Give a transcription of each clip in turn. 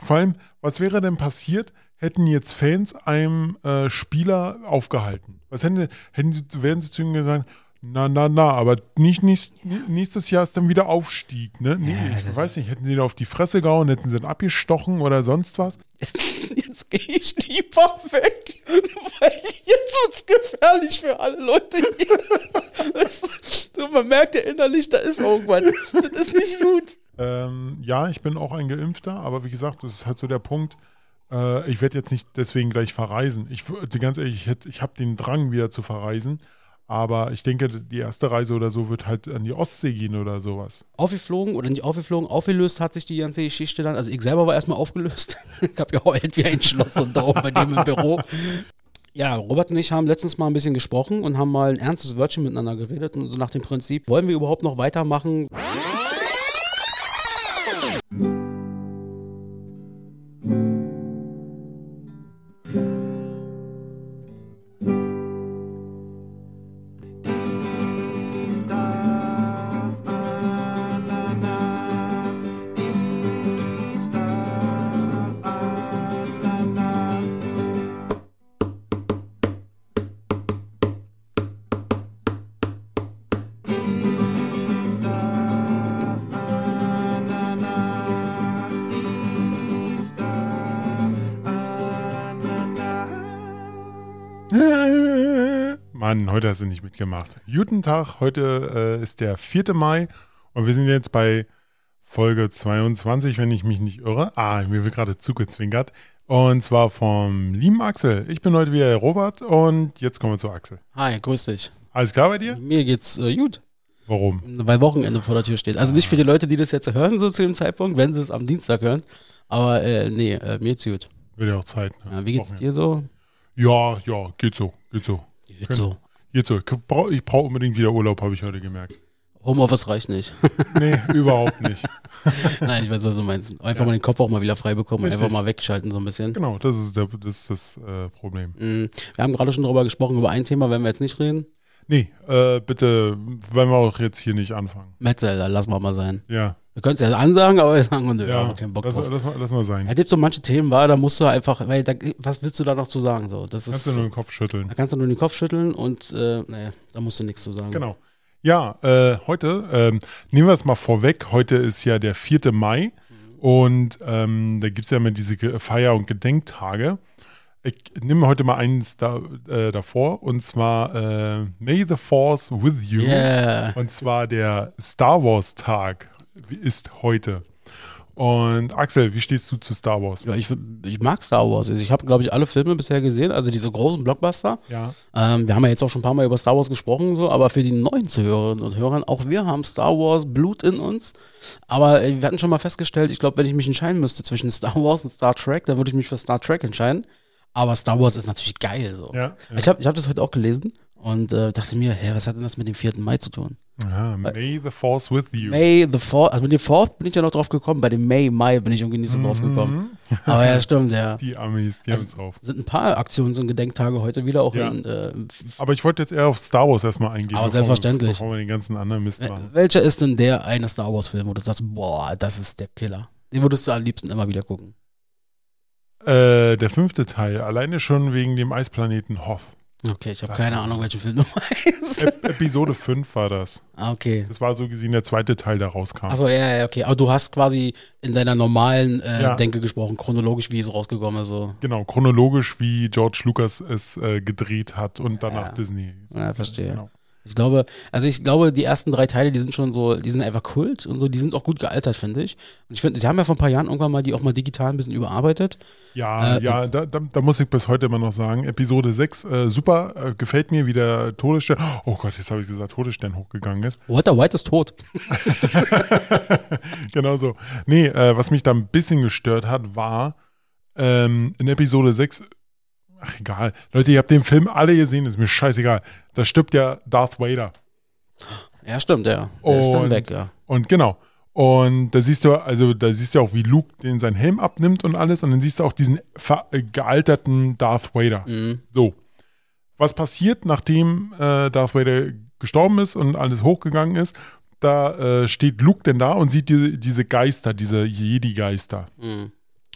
Vor allem, was wäre denn passiert, hätten jetzt Fans einem Spieler aufgehalten? Wären sie zu ihm gesagt, aber nicht nächstes Jahr ist dann wieder Aufstieg, ne? Nee, Ja, ich weiß nicht, hätten sie ihn auf die Fresse gehauen, hätten sie ihn abgestochen oder sonst was? Jetzt gehe ich lieber weg, weil jetzt wird's gefährlich für alle Leute hier. Man merkt ja innerlich, da ist irgendwas. Das ist nicht gut. Ja, ich bin auch ein Geimpfter, aber wie gesagt, das ist halt so der Punkt, ich werde jetzt nicht deswegen gleich verreisen. Ganz ehrlich, ich habe den Drang, wieder zu verreisen, aber ich denke, die erste Reise oder so wird halt an die Ostsee gehen oder sowas. Aufgeflogen oder nicht aufgeflogen, aufgelöst hat sich die ganze Geschichte dann. Also ich selber war erstmal aufgelöst. Ich habe geheult wie ein Schloss und da oben bei dem im Büro. Ja, Robert und ich haben letztens mal ein bisschen gesprochen und haben mal ein ernstes Wörtchen miteinander geredet und so nach dem Prinzip, wollen wir überhaupt noch weitermachen? Mann, heute hast du nicht mitgemacht. Guten Tag, heute ist der 4. Mai und wir sind jetzt bei Folge 22, wenn ich mich nicht irre. Mir wird gerade zugezwinkert. Und zwar vom lieben Axel. Ich bin heute wieder der Robert und jetzt kommen wir zu Axel. Hi, grüß dich. Alles klar bei dir? Mir geht's gut. Warum? Weil Wochenende vor der Tür steht. Also nicht für die Leute, die das jetzt hören, so zu dem Zeitpunkt, wenn sie es am Dienstag hören. Aber mir geht's gut. Wird ja auch Zeit. Ne? Ja, wie geht's dir so? Ja, geht so. Geht so. Ich brauche unbedingt wieder Urlaub, habe ich heute gemerkt. Homeoffice reicht nicht. Nee, überhaupt nicht. Nein, ich weiß, was du meinst. Einfach mal den Kopf auch mal wieder frei bekommen, Richtig. einfach mal wegschalten so ein bisschen. Genau, das ist das Problem. Wir haben gerade schon darüber gesprochen, über ein Thema, werden wir jetzt nicht reden. Nee, bitte, wollen wir auch jetzt hier nicht anfangen. Metzel, da lassen wir mal sein. Ja. Wir können es ja ansagen, aber wir sagen, nö, Ja, haben wir keinen Bock drauf. lass mal sein. Es gibt so manche Themen, da musst du einfach, weil was willst du da noch zu sagen? So, das Kannst du nur den Kopf schütteln. Da kannst du nur den Kopf schütteln und da musst du nichts zu sagen. Genau. Ja, heute, nehmen wir es mal vorweg, heute ist ja der 4. Mai und da gibt es ja immer diese Feier- und Gedenktage. Ich nehme heute mal eins davor und zwar May the Force with you. Yeah. Und zwar der Star Wars Tag ist heute. Und Axel, wie stehst du zu Star Wars? Ja, ich mag Star Wars. Also ich habe, glaube ich, alle Filme bisher gesehen, also diese großen Blockbuster. Ja. Wir haben ja jetzt auch schon ein paar Mal über Star Wars gesprochen, so, aber für die neuen Zuhörerinnen und Hörer, auch wir haben Star Wars Blut in uns. Aber wir hatten schon mal festgestellt, ich glaube, wenn ich mich entscheiden müsste zwischen Star Wars und Star Trek, dann würde ich mich für Star Trek entscheiden. Aber Star Wars ist natürlich geil. So. Ja. Ich hab das heute auch gelesen und dachte mir, was hat denn das mit dem 4. Mai zu tun? Aha, May the Force with you. May the Fourth, also mit dem Fourth bin ich ja noch drauf gekommen, bei dem Mai bin ich irgendwie nicht so drauf gekommen. Aber ja, stimmt, ja. Die Amis, die haben es drauf. Sind ein paar Aktions- und Gedenktage heute wieder auch Ja. Aber ich wollte jetzt eher auf Star Wars erstmal eingehen. Aber selbstverständlich. Bevor wir den ganzen anderen Mist machen. Welcher ist denn der eine Star Wars-Film, wo du sagst, boah, das ist der Killer? Den würdest du am liebsten immer wieder gucken. Der 5. Teil, alleine schon wegen dem Eisplaneten Hoth. Okay, ich habe Das keine war's. Ahnung, welchen Film du meinst. Episode 5 war das. Okay. Das war so gesehen der 2. Teil, der rauskam. Achso, ja, okay. Aber du hast quasi in deiner normalen Ja. Denke gesprochen, chronologisch, wie es rausgekommen ist. So. Genau, chronologisch, wie George Lucas es gedreht hat und danach Ja. Disney. Ja, verstehe. Genau. Ich glaube, die ersten 3 Teile, die sind schon so, die sind einfach Kult und so, die sind auch gut gealtert, finde ich. Und ich finde, sie haben ja vor ein paar Jahren irgendwann mal die auch mal digital ein bisschen überarbeitet. Ja, da muss ich bis heute immer noch sagen, Episode 6, super, gefällt mir, wie der Todesstern, oh Gott, jetzt habe ich gesagt, Todesstern hochgegangen ist. Walter White ist tot. Genau so. Nee, was mich da ein bisschen gestört hat, war in Episode 6, ach egal, Leute, ihr habt den Film alle gesehen, ist mir scheißegal, da stirbt ja Darth Vader. Ja, stimmt, ja. Der ist dann weg, ja. Und genau. Und da siehst du auch, wie Luke den seinen Helm abnimmt und alles. Und dann siehst du auch diesen gealterten Darth Vader. Mhm. So. Was passiert, nachdem Darth Vader gestorben ist und alles hochgegangen ist? Da steht Luke denn da und sieht diese Geister, diese Jedi-Geister. Mhm.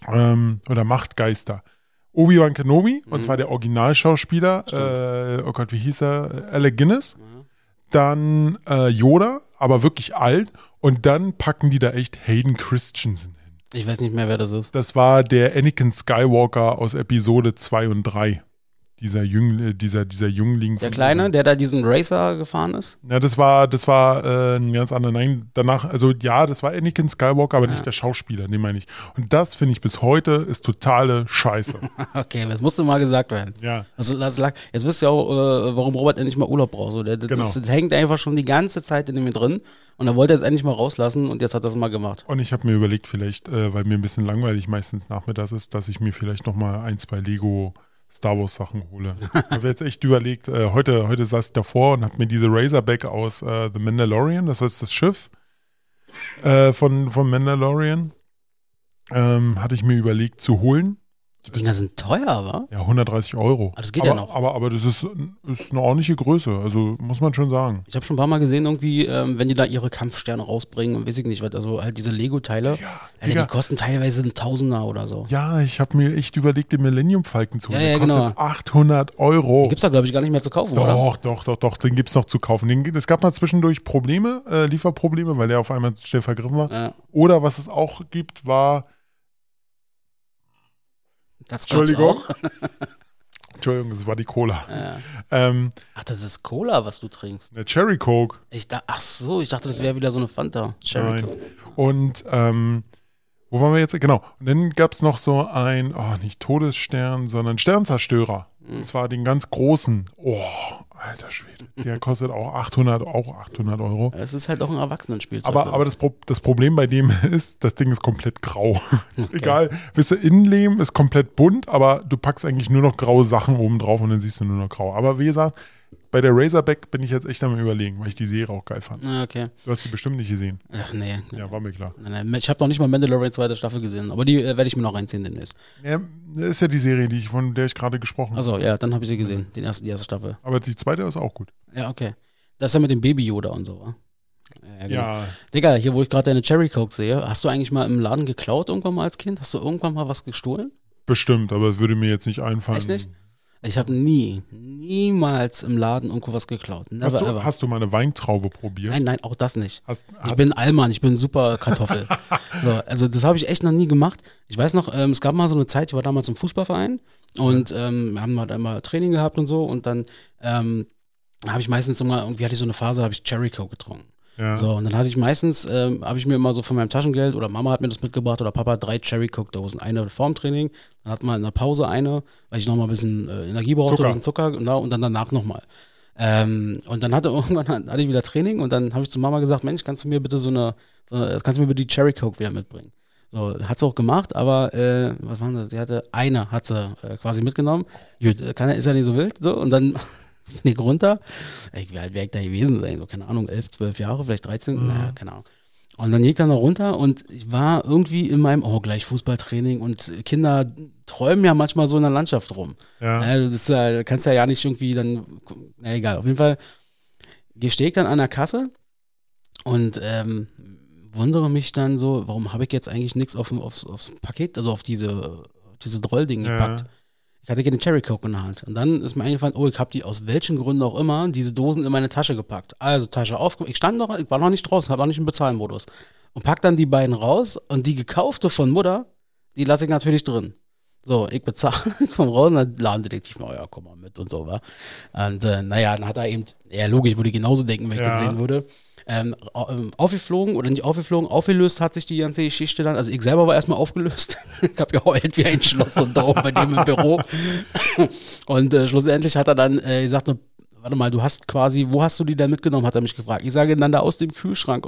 oder Machtgeister. Obi-Wan Kenobi, und zwar der Originalschauspieler, oh Gott, wie hieß er? Alec Guinness. Dann Yoda, aber wirklich alt. Und dann packen die da echt Hayden Christensen hin. Ich weiß nicht mehr, wer das ist. Das war der Anakin Skywalker aus Episode 2 und 3. Dieser Jüngling. Der Kleine, der da diesen Racer gefahren ist? Ja, das war ein ganz anderer. Nein, danach, also ja, das war Anakin Skywalker, aber nicht der Schauspieler, den meine ich. Und das finde ich bis heute ist totale Scheiße. Okay, das musste mal gesagt werden. Ja. Also jetzt wisst ihr auch, warum Robert endlich mal Urlaub braucht. So, das hängt einfach schon die ganze Zeit in ihm drin. Und er wollte jetzt endlich mal rauslassen und jetzt hat er es mal gemacht. Und ich habe mir überlegt, vielleicht, weil mir ein bisschen langweilig meistens nachmittags ist, dass ich mir vielleicht nochmal 1, 2 Lego Star Wars Sachen hole. Ich habe jetzt echt überlegt, heute saß ich davor und habe mir diese Razorback aus The Mandalorian, das war jetzt das Schiff von Mandalorian, hatte ich mir überlegt zu holen. Die Dinger sind teuer, wa? Ja, 130 €. Das geht ja noch. Aber das ist eine ordentliche Größe, also muss man schon sagen. Ich habe schon ein paar Mal gesehen, irgendwie, wenn die da ihre Kampfsterne rausbringen und weiß ich nicht was, also halt diese Lego-Teile, die kosten teilweise ein Tausender oder so. Ja, ich habe mir echt überlegt, den Millennium Falcon zu holen. Ja, der kostet 800 €. Die gibt's da, glaube ich, gar nicht mehr zu kaufen, oder? Doch, den gibt's noch zu kaufen. Es gab mal zwischendurch Lieferprobleme, weil der auf einmal schnell vergriffen war. Ja. Oder was es auch gibt, war Das Entschuldigung. auch. Entschuldigung, das war die Cola. Ja. Ach, das ist Cola, was du trinkst. Eine Cherry Coke. Ich dachte, das wäre wieder so eine Fanta. Cherry Coke. Und wo waren wir jetzt? Genau. Und dann gab es noch so ein, nicht Todesstern, sondern Sternzerstörer. Und zwar den ganz großen. Oh, alter Schwede. Der kostet auch 800 €. Es ist halt auch ein Erwachsenenspielzeug. Aber das Problem bei dem ist, das Ding ist komplett grau. Okay. Egal, wisst ihr, Innenleben ist komplett bunt, aber du packst eigentlich nur noch graue Sachen oben drauf und dann siehst du nur noch grau. Aber wie gesagt, bei der Razorback bin ich jetzt echt am Überlegen, weil ich die Serie auch geil fand. Okay. Du hast die bestimmt nicht gesehen. Ach nee. Ja, war mir klar. Nein. Ich habe noch nicht mal Mandalorian 2. Staffel gesehen, aber die werde ich mir noch reinziehen demnächst. Ja, das ist ja die Serie, von der ich gerade gesprochen habe. Achso, ja, dann habe ich sie gesehen, die erste Staffel. Aber die zweite ist auch gut. Ja, okay. Das ist ja mit dem Baby Yoda und so, wa? Ja, genau. Ja. Digga, hier, wo ich gerade deine Cherry Coke sehe, hast du eigentlich mal im Laden geklaut irgendwann mal als Kind? Hast du irgendwann mal was gestohlen? Bestimmt, aber es würde mir jetzt nicht einfallen. Echt nicht? Ich habe niemals im Laden irgendwo was geklaut. Never ever. Hast du mal eine Weintraube probiert? Nein, auch das nicht. Ich bin Allmann, ich bin super Kartoffel. So, also das habe ich echt noch nie gemacht. Ich weiß noch, es gab mal so eine Zeit, ich war damals im Fußballverein und wir haben halt einmal Training gehabt und so und dann habe ich meistens immer, irgendwie hatte ich so eine Phase, habe ich Cherry Coke getrunken. Ja. So, und dann hatte ich meistens, habe ich mir immer so von meinem Taschengeld oder Mama hat mir das mitgebracht oder Papa 3 Cherry Coke Dosen. Eine vorm Training, dann hat man in der Pause eine, weil ich nochmal ein bisschen Energie brauchte, ein bisschen Zucker, genau, und dann danach nochmal. Und dann hatte ich wieder Training und dann habe ich zu Mama gesagt, Mensch, kannst du mir bitte kannst du mir bitte die Cherry Coke wieder mitbringen? So, hat sie auch gemacht, aber was war das? Hat sie quasi mitgenommen. Gut, ist ja nicht so wild, so, und dann bin ich runter. Wie alt wäre ich da gewesen sein? So, keine Ahnung, 11, 12 Jahre, vielleicht 13, naja, keine Ahnung. Und dann ging ich dann noch runter und ich war irgendwie in meinem, gleich Fußballtraining und Kinder träumen ja manchmal so in der Landschaft rum. Ja. Du kannst ja nicht irgendwie dann, na egal, auf jeden Fall stehe ich dann an der Kasse und wundere mich dann so, warum habe ich jetzt eigentlich nichts aufs Paket, also auf diese Drollding gepackt. Ich hatte keine Cherry Coke in der Hand. Und dann ist mir eingefallen, ich habe die aus welchen Gründen auch immer, diese Dosen in meine Tasche gepackt. Also Tasche aufgemacht. Ich war noch nicht draußen, habe auch nicht im Bezahlmodus. Und pack dann die beiden raus und die gekaufte von Mutter, die lasse ich natürlich drin. So, ich bezahle, komm raus und dann Ladendetektiv, komm mal mit und so, wa. Und dann hat er eben, logisch, würde ich genauso denken, wenn ich den sehen würde. Aufgeflogen oder nicht aufgeflogen, aufgelöst hat sich die ganze Geschichte dann. Also ich selber war erstmal aufgelöst. Ich habe geheult wie ein Schloss und da oben bei dem im Büro. Und schlussendlich hat er dann gesagt, warte mal, du hast quasi, wo hast du die denn mitgenommen, hat er mich gefragt. Ich sage dann da aus dem Kühlschrank.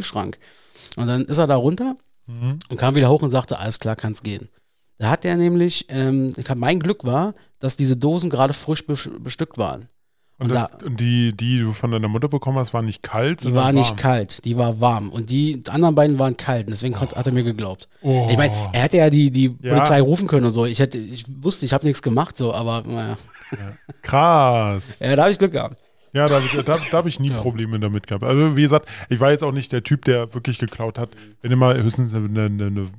Und dann ist er da runter und kam wieder hoch und sagte, alles klar, kann's gehen. Da hat er nämlich, mein Glück war, dass diese Dosen gerade frisch bestückt waren. Und die du von deiner Mutter bekommen hast, waren nicht kalt? Die war nicht kalt, die war warm. Und die anderen beiden waren kalt. Und deswegen hat er mir geglaubt. Ich meine, er hätte ja die Polizei rufen können und so. Ich wusste, ich habe nichts gemacht, so, aber naja. Ja. Krass. Ja, da habe ich Glück gehabt. Ja, da habe ich nie Probleme damit gehabt. Also wie gesagt, ich war jetzt auch nicht der Typ, der wirklich geklaut hat. Wenn immer höchstens eine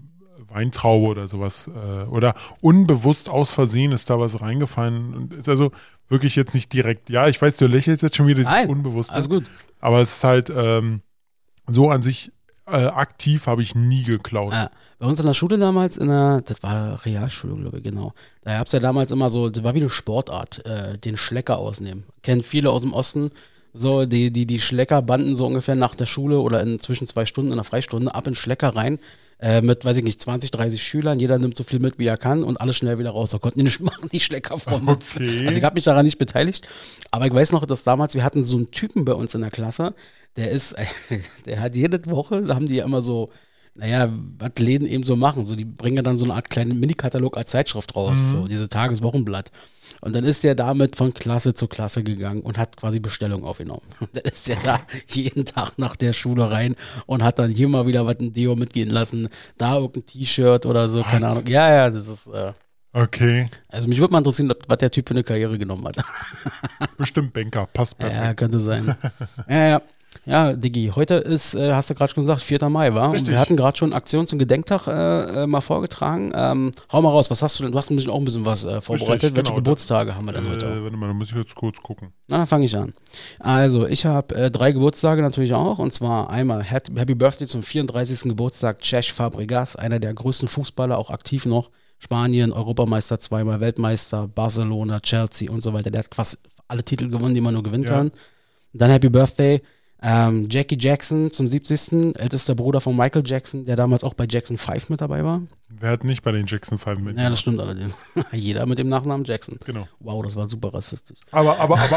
Weintraube oder sowas. Oder unbewusst aus Versehen ist da was reingefallen. Und ist also wirklich jetzt nicht direkt, ja, ich weiß, du lächelst jetzt schon wieder, das ist unbewusst. Alles gut. Aber es ist halt so an sich aktiv habe ich nie geklaut. Bei uns in der Schule damals, das war Realschule, glaube ich, genau. Da gab es ja damals immer so, das war wie eine Sportart, den Schlecker ausnehmen. Kennen viele aus dem Osten, so die Schleckerbanden so ungefähr nach der Schule oder zwischen 2 Stunden in der Freistunde ab in Schlecker rein. Mit, weiß ich nicht, 20, 30 Schülern, jeder nimmt so viel mit, wie er kann und alle schnell wieder raus. Da konnten die nicht machen, die Schlecker vorne. Okay. Also ich habe mich daran nicht beteiligt, aber ich weiß noch, dass damals, wir hatten so einen Typen bei uns in der Klasse, der hat jede Woche, da haben die ja immer so, naja, was Läden eben so machen, so die bringen ja dann so eine Art kleinen Mini-Katalog als Zeitschrift raus, so diese Tageswochenblatt. Und dann ist der damit von Klasse zu Klasse gegangen und hat quasi Bestellung aufgenommen. Und dann ist der da jeden Tag nach der Schule rein und hat dann hier mal wieder was ein Deo mitgehen lassen, da irgendein T-Shirt oder so, keine Ahnung. Ja, das ist, okay. also mich würde mal interessieren, was der Typ für eine Karriere genommen hat. Bestimmt Banker, passt perfekt. Ja, könnte sein. Ja. Ja, Diggi, heute ist, hast du gerade schon gesagt, 4. Mai, war. Und wir hatten gerade schon Aktions- und Gedenktag mal vorgetragen. Hau mal raus, was hast du denn? Du hast auch ein bisschen was vorbereitet. Richtig, Welche genau. Geburtstage haben wir denn heute? Warte mal, da muss ich jetzt kurz gucken. Na, dann fange ich an. Also, ich habe 3 Geburtstage natürlich auch. Und zwar einmal Happy Birthday zum 34. Geburtstag Cesc Fabregas, einer der größten Fußballer, auch aktiv noch. Spanien, Europameister, 2-mal Weltmeister, Barcelona, Chelsea und so weiter. Der hat fast alle Titel gewonnen, die man nur gewinnen kann. Dann Happy Birthday Jackie Jackson zum 70. Ältester Bruder von Michael Jackson, der damals auch bei Jackson 5 mit dabei war. Wer hat nicht bei den Jackson 5 mit? Ja, das stimmt allerdings. Jeder mit dem Nachnamen Jackson. Genau. Wow, das war super rassistisch. Aber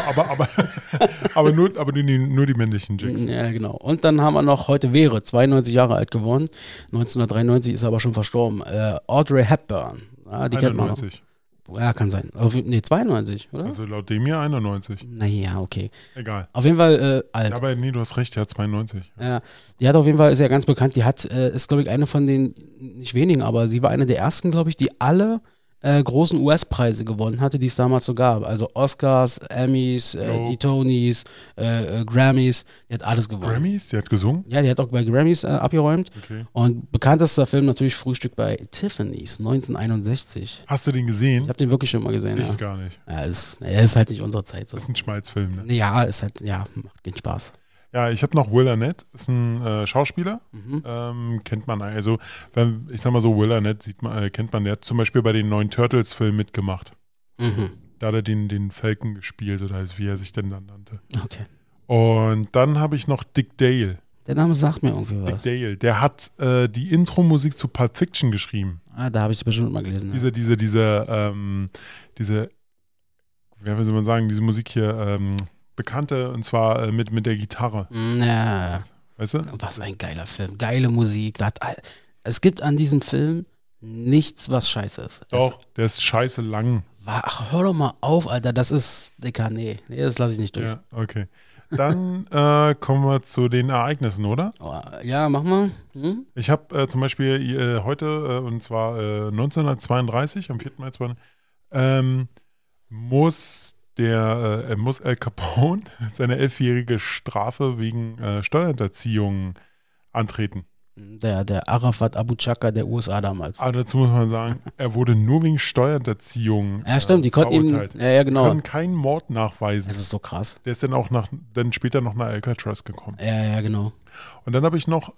nur die männlichen Jackson. Ja, genau. Und dann haben wir noch, heute wäre 92 Jahre alt geworden. 1993 ist er aber schon verstorben. Audrey Hepburn. Ja, die kennt man noch. Ja, kann sein. 92, oder? Also laut dem hier 91. Naja, okay. Egal. Auf jeden Fall alt. Ja, aber nee, du hast recht, der hat 92. Ja, die hat auf jeden Fall, ist ja ganz bekannt, die hat, ist glaube ich eine von den, nicht wenigen, aber sie war eine der ersten, glaube ich, die alle großen US-Preise gewonnen hatte, die es damals so gab. Also Oscars, Emmys, die Tonys, Grammys, die hat alles gewonnen. Grammys? Die hat gesungen? Ja, die hat auch bei Grammys abgeräumt. Okay. Und bekanntester Film natürlich Frühstück bei Tiffany's, 1961. Hast du den gesehen? Ich habe den wirklich schon mal gesehen, Ich gar nicht. Ja, ist halt nicht unsere Zeit. So. Das ist ein Schmalzfilm, ne? Ja, ist halt, ja, macht keinen Spaß. Ja, ich habe noch Will Arnett, ist ein Schauspieler, kennt man, also ich sag mal so, Will Arnett kennt man, der hat zum Beispiel bei den neuen Turtles-Filmen mitgemacht. Da hat er den Falcon gespielt oder wie er sich denn dann nannte. Okay. Und dann habe ich noch Dick Dale. Der Name sagt mir irgendwie was. Dick Dale, der hat die Intro-Musik zu Pulp Fiction geschrieben. Ah, da habe ich bestimmt mal gelesen. Ja. Diese, wie soll man sagen, diese Musik hier, bekannte, und zwar mit der Gitarre. Ja. Weißt du? Was ein geiler Film. Geile Musik. Es gibt an diesem Film nichts, was scheiße ist. Doch, der ist scheiße lang. Ach, hör doch mal auf, Alter. Das ist, Dicker, nee, das lasse ich nicht durch. Ja, okay. Dann kommen wir zu den Ereignissen, oder? Ja, mach mal. Ich habe zum Beispiel heute, und zwar 1932, am 4. Mai, muss Al Capone seine 11-jährige Strafe wegen Steuerhinterziehung antreten. Der Arafat Abu Chaka der USA damals. Aber dazu muss man sagen, er wurde nur wegen Steuerhinterziehung ja, stimmt, die konnten ihm, ja, genau. Die können keinen Mord nachweisen. Das ist so krass. Der ist dann auch dann später noch nach Alcatraz gekommen. Ja, genau. Und dann habe ich noch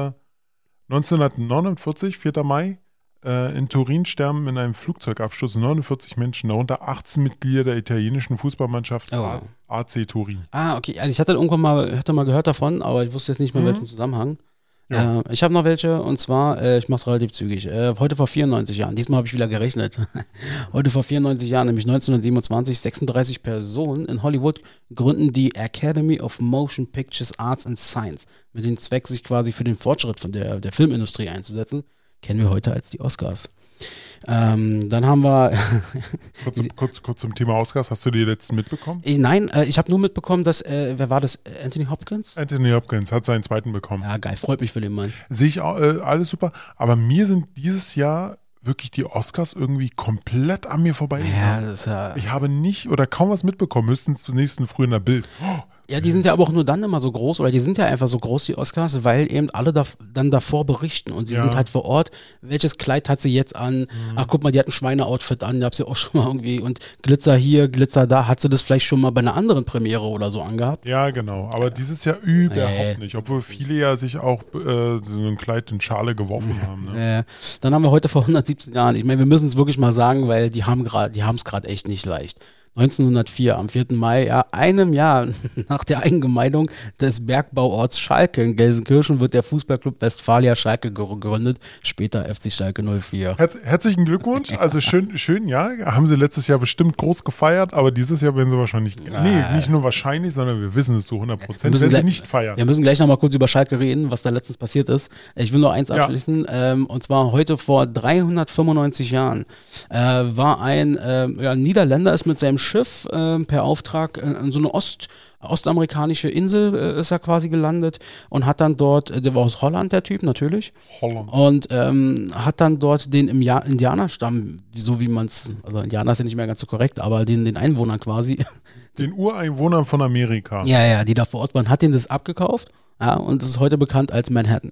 1949, 4. Mai, in Turin sterben in einem Flugzeugabsturz 49 Menschen, darunter 18 Mitglieder der italienischen Fußballmannschaft AC Turin. Ah, okay. Also ich hatte irgendwann mal gehört davon, aber ich wusste jetzt nicht mehr, welchen Zusammenhang. Ja. Ich habe noch welche, und zwar, ich mache es relativ zügig, heute vor 94 Jahren, diesmal habe ich wieder gerechnet, heute vor 94 Jahren, nämlich 1927, 36 Personen in Hollywood gründen die Academy of Motion Pictures Arts and Science, mit dem Zweck, sich quasi für den Fortschritt von der Filmindustrie einzusetzen. Kennen wir heute als die Oscars. Dann haben wir kurz zum Thema Oscars. Hast du die letzten mitbekommen? Nein, ich habe nur mitbekommen, dass, wer war das? Anthony Hopkins? Anthony Hopkins hat seinen zweiten bekommen. Ja, geil, freut mich für den Mann. Sehe ich auch, alles super. Aber mir sind dieses Jahr wirklich die Oscars irgendwie komplett an mir vorbeigegangen. Ja, das ist ja. Ich habe nicht oder kaum was mitbekommen, höchstens zur nächsten früh in der Bild. Ja, die sind ja aber auch nur dann immer so groß, oder die sind ja einfach so groß, die Oscars, weil eben alle dann davor berichten und sie sind halt vor Ort, welches Kleid hat sie jetzt an, ach guck mal, die hat ein Schweineoutfit an, die hat sie auch schon mal irgendwie und Glitzer hier, Glitzer da, hat sie das vielleicht schon mal bei einer anderen Premiere oder so angehabt? Ja, genau, aber dieses Jahr überhaupt nicht, obwohl viele ja sich auch so ein Kleid in Schale geworfen haben. Ne? Dann haben wir heute vor 117 Jahren, ich meine, wir müssen es wirklich mal sagen, weil die haben es gerade echt nicht leicht. 1904, am 4. Mai, ja, einem Jahr nach der Eingemeindung des Bergbauorts Schalke in Gelsenkirchen wird der Fußballclub Westfalia Schalke gegründet, später FC Schalke 04. Herzlichen Glückwunsch, also schön, ja, haben sie letztes Jahr bestimmt groß gefeiert, aber dieses Jahr werden sie wahrscheinlich, nicht nur wahrscheinlich, sondern wir wissen es so 100%, werden sie nicht feiern. Wir müssen gleich nochmal kurz über Schalke reden, was da letztens passiert ist. Ich will nur eins abschließen, und zwar heute vor 395 Jahren war ein Niederländer ist mit seinem Schiff per Auftrag in so eine ostamerikanische Insel ist er quasi gelandet und hat dann dort, der war aus Holland, der Typ natürlich, und hat dann dort den Indianerstamm, so wie man es, also Indianer ist ja nicht mehr ganz so korrekt, aber den Einwohnern quasi. Den Ureinwohnern von Amerika. Ja, die da vor Ort waren, hat den das abgekauft, ja, und das ist heute bekannt als Manhattan.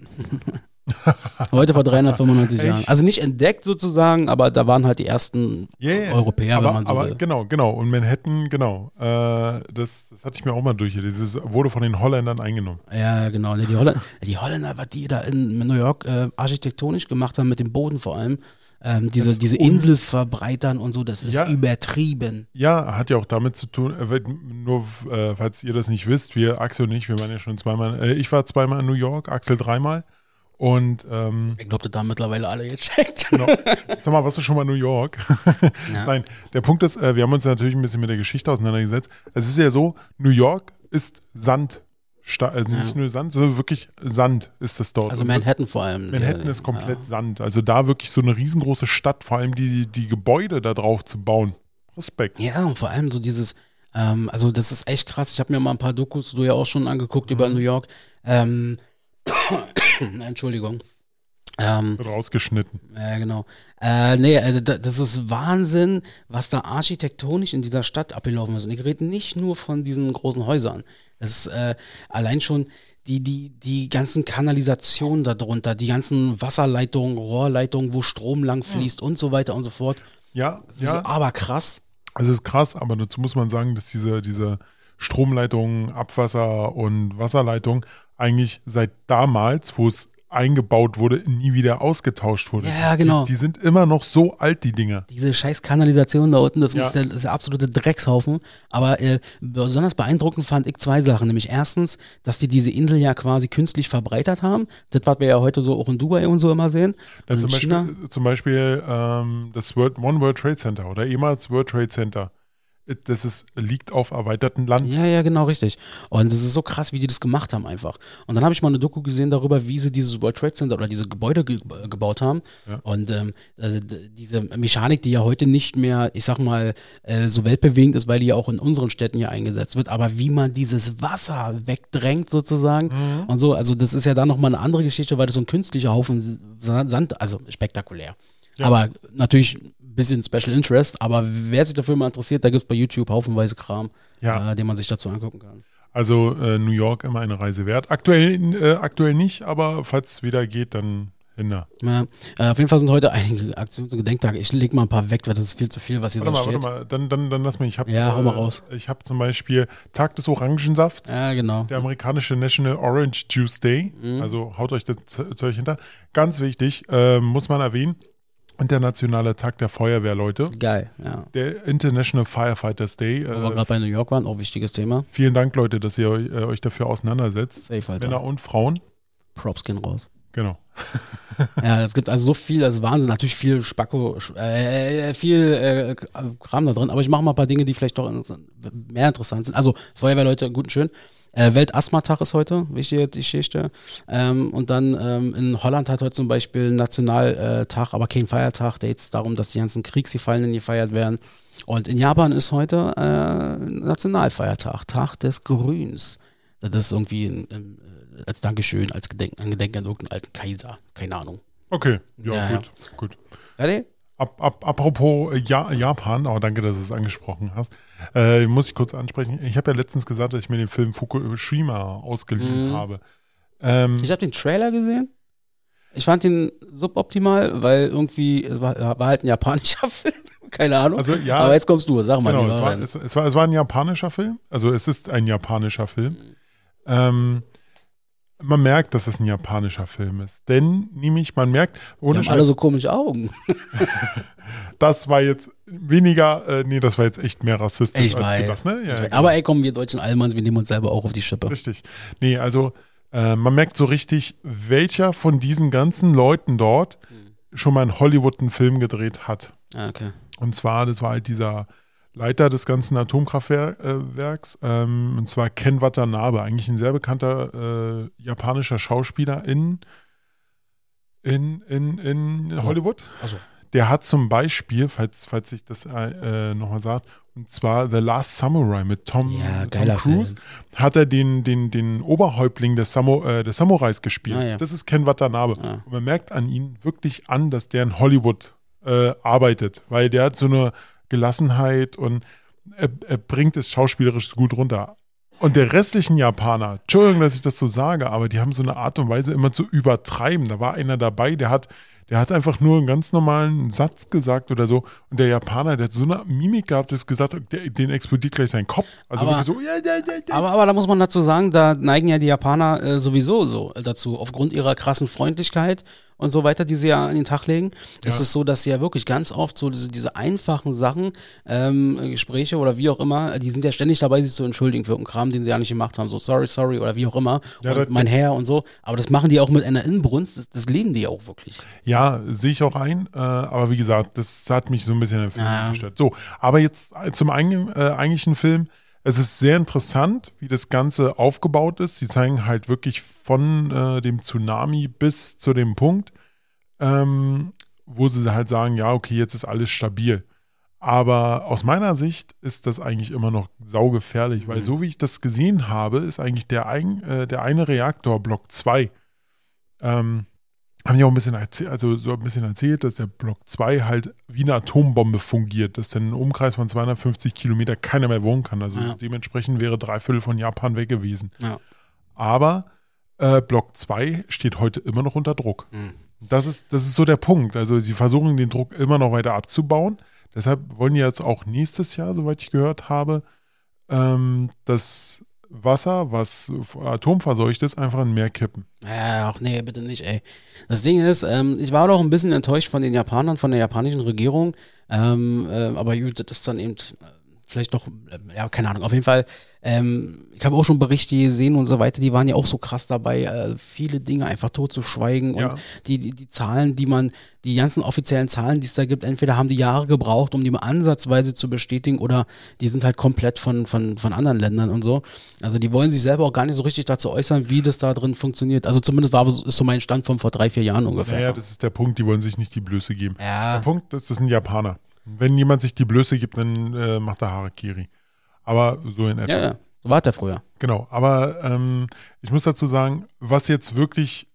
Heute vor 395 Jahren. Also nicht entdeckt sozusagen, aber da waren halt die ersten Europäer, wenn man so will. Genau. Und Manhattan, das hatte ich mir auch mal durchgelesen. Das wurde von den Holländern eingenommen. Ja, genau. Die Holländer, was die da in New York architektonisch gemacht haben, mit dem Boden vor allem, diese Insel verbreitern und so, das ist übertrieben. Ja, hat ja auch damit zu tun, nur falls ihr das nicht wisst, Axel und ich, wir waren ja schon zweimal, ich war zweimal in New York, Axel dreimal. Und ich glaube, das haben mittlerweile alle gecheckt. Genau. Sag mal, warst du schon mal in New York? Ja. Nein, der Punkt ist, wir haben uns natürlich ein bisschen mit der Geschichte auseinandergesetzt. Es ist ja so, New York ist Sand. Also nicht nur Sand, sondern wirklich Sand ist das dort. Also Manhattan vor allem. Manhattan ist komplett Sand. Also da wirklich so eine riesengroße Stadt, vor allem die Gebäude da drauf zu bauen. Respekt. Ja, und vor allem so dieses, also das ist echt krass. Ich habe mir mal ein paar Dokus, du ja auch schon angeguckt über New York. Entschuldigung. Wird rausgeschnitten. Ja, genau. Also das ist Wahnsinn, was da architektonisch in dieser Stadt abgelaufen ist. Und ich rede nicht nur von diesen großen Häusern. Das ist allein schon die ganzen Kanalisationen darunter, die ganzen Wasserleitungen, Rohrleitungen, wo Strom lang fließt und so weiter und so fort. Ja, das ist aber krass. Also es ist krass, aber dazu muss man sagen, dass diese Stromleitungen, Abwasser- und Wasserleitungen eigentlich seit damals, wo es eingebaut wurde, nie wieder ausgetauscht wurde. Ja, genau. Die sind immer noch so alt, die Dinger. Diese scheiß Kanalisation da unten, das ist der absolute Dreckshaufen. Aber besonders beeindruckend fand ich zwei Sachen. Nämlich erstens, dass die diese Insel ja quasi künstlich verbreitert haben. Das, was wir ja heute so auch in Dubai und so immer sehen. Ja, zum Beispiel das One World Trade Center oder ehemals World Trade Center. Liegt auf erweitertem Land. Ja, genau, richtig. Und das ist so krass, wie die das gemacht haben einfach. Und dann habe ich mal eine Doku gesehen darüber, wie sie dieses World Trade Center oder diese Gebäude gebaut haben. Ja. Und also diese Mechanik, die ja heute nicht mehr, ich sag mal, so weltbewegend ist, weil die ja auch in unseren Städten hier eingesetzt wird, aber wie man dieses Wasser wegdrängt sozusagen und so, also das ist ja dann nochmal eine andere Geschichte, weil das so ein künstlicher Haufen Sand, also spektakulär. Ja. Aber natürlich bisschen Special Interest, aber wer sich dafür mal interessiert, da gibt es bei YouTube haufenweise Kram, den man sich dazu angucken kann. Also New York immer eine Reise wert. Aktuell nicht, aber falls es wieder geht, dann hinter. Ja, auf jeden Fall sind heute einige Aktions- und Gedenktage. Ich lege mal ein paar weg, weil das ist viel zu viel, was hier so steht. Warte mal, dann lass mich. Hau mal raus. Ich habe zum Beispiel Tag des Orangensafts. Ja, genau. Der amerikanische National Orange Juice Day. Also haut euch das Zeug hinter. Ganz wichtig, muss man erwähnen. Internationaler Tag der Feuerwehr, Leute. Geil, ja. Der International Firefighters Day. Wo wir gerade bei New York waren, auch wichtiges Thema. Vielen Dank, Leute, dass ihr euch dafür auseinandersetzt. Safe, Alter. Männer und Frauen. Props gehen raus. Genau. Ja, es gibt also so viel, das ist Wahnsinn. Natürlich viel Spacko, viel Kram da drin, aber ich mache mal ein paar Dinge, die vielleicht doch mehr interessant sind. Also, Feuerwehrleute, gut und schön. Weltasthma-Tag ist heute, wichtige Geschichte. Und dann in Holland hat heute zum Beispiel einen Nationaltag, aber kein Feiertag. Da geht es darum, dass die ganzen Kriegsgefallenen gefeiert werden. Und in Japan ist heute Nationalfeiertag, Tag des Grüns. Das ist irgendwie als Dankeschön, als Gedenken an irgendeinen alten Kaiser. Keine Ahnung. Okay, ja. Gut. Ready? Apropos Japan, danke, dass du es angesprochen hast, muss ich kurz ansprechen. Ich habe ja letztens gesagt, dass ich mir den Film Fukushima ausgeliehen habe. Ich habe den Trailer gesehen. Ich fand ihn suboptimal, weil irgendwie, es war halt ein japanischer Film. Keine Ahnung. Also, ja, aber jetzt kommst du, sag mal. Genau, es war ein japanischer Film. Also es ist ein japanischer Film. Man merkt, dass es ein japanischer Film ist. Denn, nämlich, man merkt, ohne Scheiß, alle so komische Augen. Das war jetzt weniger, das war jetzt echt mehr rassistisch ich als weiß. gedacht. Ne? Ja, genau. Aber komm, wir deutschen Allmanns, wir nehmen uns selber auch auf die Schippe. Richtig. Nee, also man merkt so richtig, welcher von diesen ganzen Leuten dort schon mal in Hollywood einen Film gedreht hat. Ah, okay. Und zwar, das war halt dieser Leiter des ganzen Atomkraftwerks, und zwar Ken Watanabe, eigentlich ein sehr bekannter japanischer Schauspieler in Hollywood. Also. Der hat zum Beispiel, falls ich das nochmal sagt, und zwar The Last Samurai mit Tom Cruise, hat er den Oberhäuptling des Samurais gespielt. Ja. Das ist Ken Watanabe. Ja. Und man merkt an ihm wirklich an, dass der in Hollywood arbeitet, weil der hat so eine Gelassenheit und er bringt es schauspielerisch gut runter. Und der restlichen Japaner, Entschuldigung, dass ich das so sage, aber die haben so eine Art und Weise immer zu übertreiben. Da war einer dabei, der hat einfach nur einen ganz normalen Satz gesagt oder so. Und der Japaner, der hat so eine Mimik gehabt, dass gesagt, den explodiert gleich sein Kopf. Also aber, wirklich so. Aber da muss man dazu sagen, da neigen ja die Japaner sowieso so dazu, aufgrund ihrer krassen Freundlichkeit und so weiter, die sie ja an den Tag legen. Ja. Es ist so, dass sie ja wirklich ganz oft so diese einfachen Sachen, Gespräche oder wie auch immer, die sind ja ständig dabei, sich zu entschuldigen für irgendeinen Kram, den sie ja nicht gemacht haben. So sorry oder wie auch immer. Ja, und mein Herr und so. Aber das machen die auch mit einer Inbrunst. Das leben die ja auch wirklich. Ja, sehe ich auch ein. Aber wie gesagt, das hat mich so ein bisschen gestört. So, aber jetzt zum eigentlichen Film. Es ist sehr interessant, wie das Ganze aufgebaut ist. Sie zeigen halt wirklich von dem Tsunami bis zu dem Punkt, wo sie halt sagen, ja, okay, jetzt ist alles stabil. Aber aus meiner Sicht ist das eigentlich immer noch saugefährlich, weil so wie ich das gesehen habe, ist eigentlich der eine Reaktor, Block 2, haben die auch ein bisschen erzählt, dass der Block 2 halt wie eine Atombombe fungiert, dass dann in einem Umkreis von 250 Kilometer keiner mehr wohnen kann. Also dementsprechend wäre 3/4 von Japan weg gewesen. Ja. Aber Block 2 steht heute immer noch unter Druck. Das ist so der Punkt. Also sie versuchen den Druck immer noch weiter abzubauen. Deshalb wollen die jetzt auch nächstes Jahr, soweit ich gehört habe, das Wasser, was atomverseucht ist, einfach in Meer kippen. Ach nee, bitte nicht, ey. Das Ding ist, ich war doch ein bisschen enttäuscht von den Japanern, von der japanischen Regierung, aber gut, das ist dann eben vielleicht doch, keine Ahnung, auf jeden Fall, ich habe auch schon Berichte gesehen und so weiter, die waren ja auch so krass dabei, viele Dinge einfach totzuschweigen und die Zahlen, die ganzen offiziellen Zahlen, die es da gibt, entweder haben die Jahre gebraucht, um die mal ansatzweise zu bestätigen oder die sind halt komplett von anderen Ländern und so. Also die wollen sich selber auch gar nicht so richtig dazu äußern, wie das da drin funktioniert. Also zumindest ist so mein Stand von vor 3-4 Jahren ungefähr. Ja, das ist der Punkt, die wollen sich nicht die Blöße geben. Ja. Der Punkt ist, das sind Japaner. Wenn jemand sich die Blöße gibt, dann macht er Harakiri. Aber so in etwa. Ja, so war der früher. Genau, aber ich muss dazu sagen, was jetzt wirklich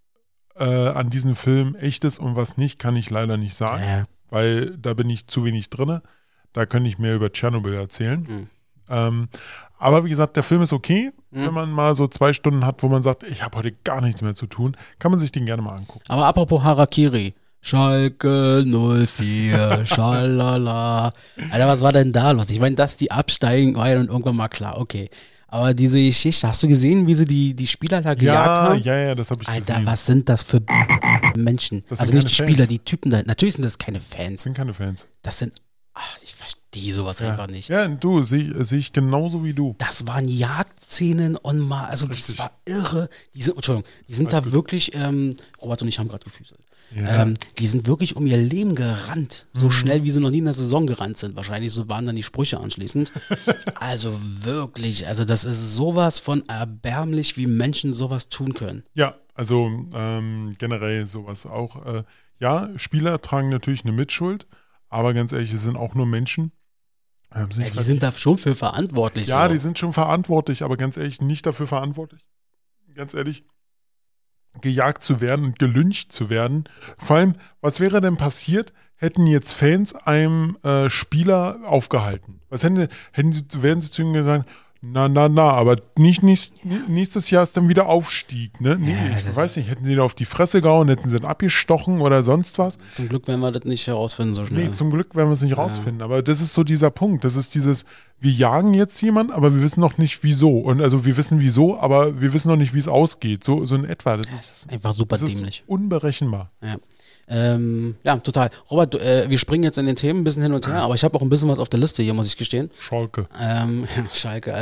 an diesem Film echt ist und was nicht, kann ich leider nicht sagen, weil da bin ich zu wenig drin. Da könnte ich mehr über Tschernobyl erzählen. Aber wie gesagt, der Film ist okay. Wenn man mal so 2 Stunden hat, wo man sagt, ich habe heute gar nichts mehr zu tun, kann man sich den gerne mal angucken. Aber apropos Harakiri, Schalke 04, schalala. Alter, was war denn da los? Ich meine, dass die absteigen, war ja dann irgendwann mal klar, okay. Aber diese Geschichte, hast du gesehen, wie sie die Spieler da gejagt haben? Ja, das habe ich gesehen. Alter, was sind das für Menschen? Das also nicht die Spieler, die Typen da. Natürlich sind das keine Fans. Das sind keine Fans. Das sind, ich verstehe sowas einfach nicht. Ja, du, sehe ich genauso wie du. Das waren Jagdszenen on mal, also das war irre. Die sind da wirklich, Robert und ich haben gerade gefüßelt. Ja. Die sind wirklich um ihr Leben gerannt. So schnell, wie sie noch nie in der Saison gerannt sind. Wahrscheinlich so waren dann die Sprüche anschließend. Also wirklich, also das ist sowas von erbärmlich, wie Menschen sowas tun können. Ja, also generell sowas auch. Spieler tragen natürlich eine Mitschuld, aber ganz ehrlich, es sind auch nur Menschen. Die sind da schon für verantwortlich. Ja, die sind schon verantwortlich, aber ganz ehrlich, nicht dafür verantwortlich. Ganz ehrlich, gejagt zu werden und gelyncht zu werden. Vor allem, was wäre denn passiert, hätten jetzt Fans einem Spieler aufgehalten? Wären sie zu ihm gesagt, na, aber nächstes Jahr ist dann wieder Aufstieg, ne? Nee, Ja, ich weiß nicht, hätten sie ihn auf die Fresse gehauen, hätten sie ihn abgestochen oder sonst was? Zum Glück werden wir das nicht herausfinden so schnell. Nee, zum Glück werden wir es nicht rausfinden. Aber das ist so dieser Punkt. Das ist dieses, wir jagen jetzt jemanden, aber wir wissen noch nicht wieso. Und also wir wissen wieso, aber wir wissen noch nicht, wie es ausgeht. So in etwa. Das ist einfach super das dämlich. Ist unberechenbar. Ja. Ja, total. Robert, wir springen jetzt in den Themen ein bisschen hin und her, aber ich habe auch ein bisschen was auf der Liste hier, muss ich gestehen. Schalke. Ja, Schalke,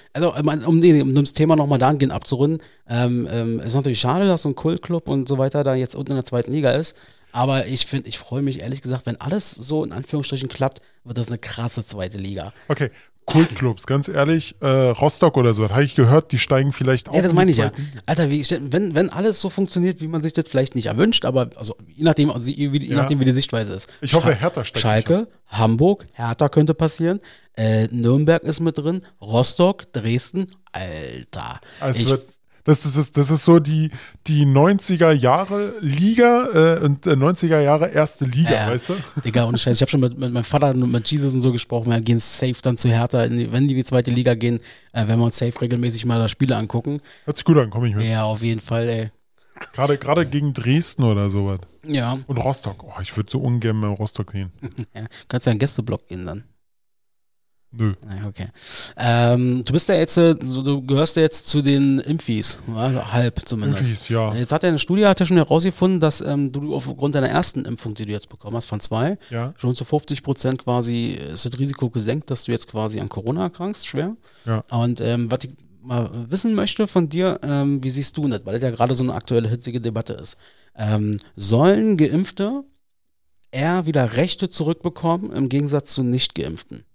um das Thema nochmal dahingehend abzurunden, ist natürlich schade, dass so ein Kultclub und so weiter da jetzt unten in der zweiten Liga ist, aber ich freue mich ehrlich gesagt, wenn alles so in Anführungsstrichen klappt, wird das eine krasse zweite Liga. Okay, Kultclubs, ganz ehrlich, Rostock oder so, habe ich gehört, die steigen vielleicht auf. Ja, das meine ich ja. Alter, wenn alles so funktioniert, wie man sich das vielleicht nicht erwünscht, aber also je nachdem, wie die Sichtweise ist. Ich hoffe, Hertha steigt Schalke, Hamburg, Hertha könnte passieren, Nürnberg ist mit drin, Rostock, Dresden, Alter. Das ist so die 90er Jahre Liga und 90er Jahre erste Liga, weißt du? Digga, ohne Scheiß. Ich habe schon mit meinem Vater und mit Jesus und so gesprochen. Wir gehen safe dann zu Hertha, wenn die in die zweite Liga gehen, wenn wir uns safe regelmäßig mal da Spiele angucken. Hört sich gut an, komm ich mit. Ja, auf jeden Fall, ey. Gerade gegen Dresden oder sowas. Ja. Und Rostock. Oh, ich würde so ungern mal Rostock gehen. Ja, kannst ja in den Gästeblock gehen dann. Nö. Okay. Du bist ja jetzt, du gehörst ja jetzt zu den Impfis, halb zumindest. Impfis, ja. Jetzt hat ja eine Studie schon herausgefunden, dass du aufgrund deiner ersten Impfung, die du jetzt bekommen hast, von 2, schon zu 50% quasi ist das Risiko gesenkt, dass du jetzt quasi an Corona erkrankst, schwer. Ja. Und was ich mal wissen möchte von dir, wie siehst du das, weil das ja gerade so eine aktuelle hitzige Debatte ist. Sollen Geimpfte eher wieder Rechte zurückbekommen im Gegensatz zu Nicht-Geimpften?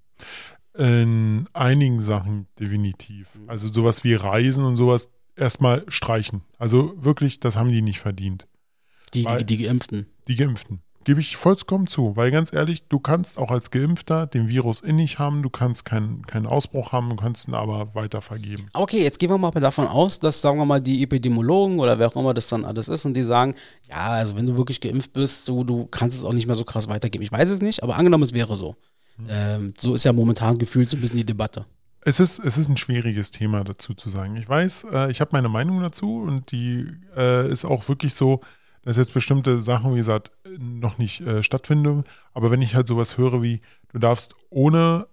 In einigen Sachen definitiv. Also sowas wie Reisen und sowas erstmal streichen. Also wirklich, das haben die nicht verdient. Die Geimpften. Die Geimpften. Gebe ich vollkommen zu. Weil ganz ehrlich, du kannst auch als Geimpfter den Virus in dich haben, du kannst keinen Ausbruch haben, du kannst ihn aber weiter vergeben. Okay, jetzt gehen wir mal davon aus, dass, sagen wir mal, die Epidemiologen oder wer auch immer das dann alles ist und die sagen, ja, also wenn du wirklich geimpft bist, du kannst es auch nicht mehr so krass weitergeben. Ich weiß es nicht, aber angenommen, es wäre so. So ist ja momentan gefühlt so ein bisschen die Debatte. Es ist ein schwieriges Thema dazu zu sagen. Ich weiß, ich habe meine Meinung dazu und die ist auch wirklich so, dass jetzt bestimmte Sachen, wie gesagt, noch nicht stattfinden. Aber wenn ich halt sowas höre wie, du darfst ohne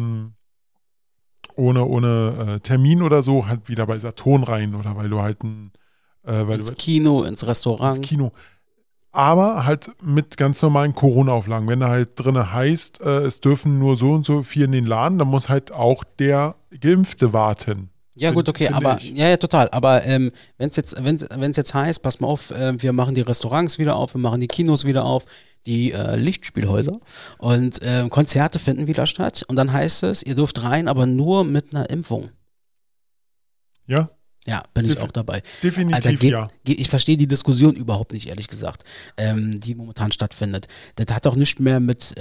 Termin oder so halt wieder bei Saturn rein oder weil du halt ins Kino, ins Restaurant. Ins Kino. Aber halt mit ganz normalen Corona-Auflagen. Wenn da halt drin heißt, es dürfen nur so und so viel in den Laden, dann muss halt auch der Geimpfte warten. Ja gut, okay, aber ja, total. Aber wenn es jetzt heißt, pass mal auf, wir machen die Restaurants wieder auf, wir machen die Kinos wieder auf, die Lichtspielhäuser und Konzerte finden wieder statt und dann heißt es, ihr dürft rein, aber nur mit einer Impfung. Ja. Ja, bin ich auch dabei. Definitiv, Alter, ja. Ich verstehe die Diskussion überhaupt nicht, ehrlich gesagt, die momentan stattfindet. Das hat auch nicht mehr mit,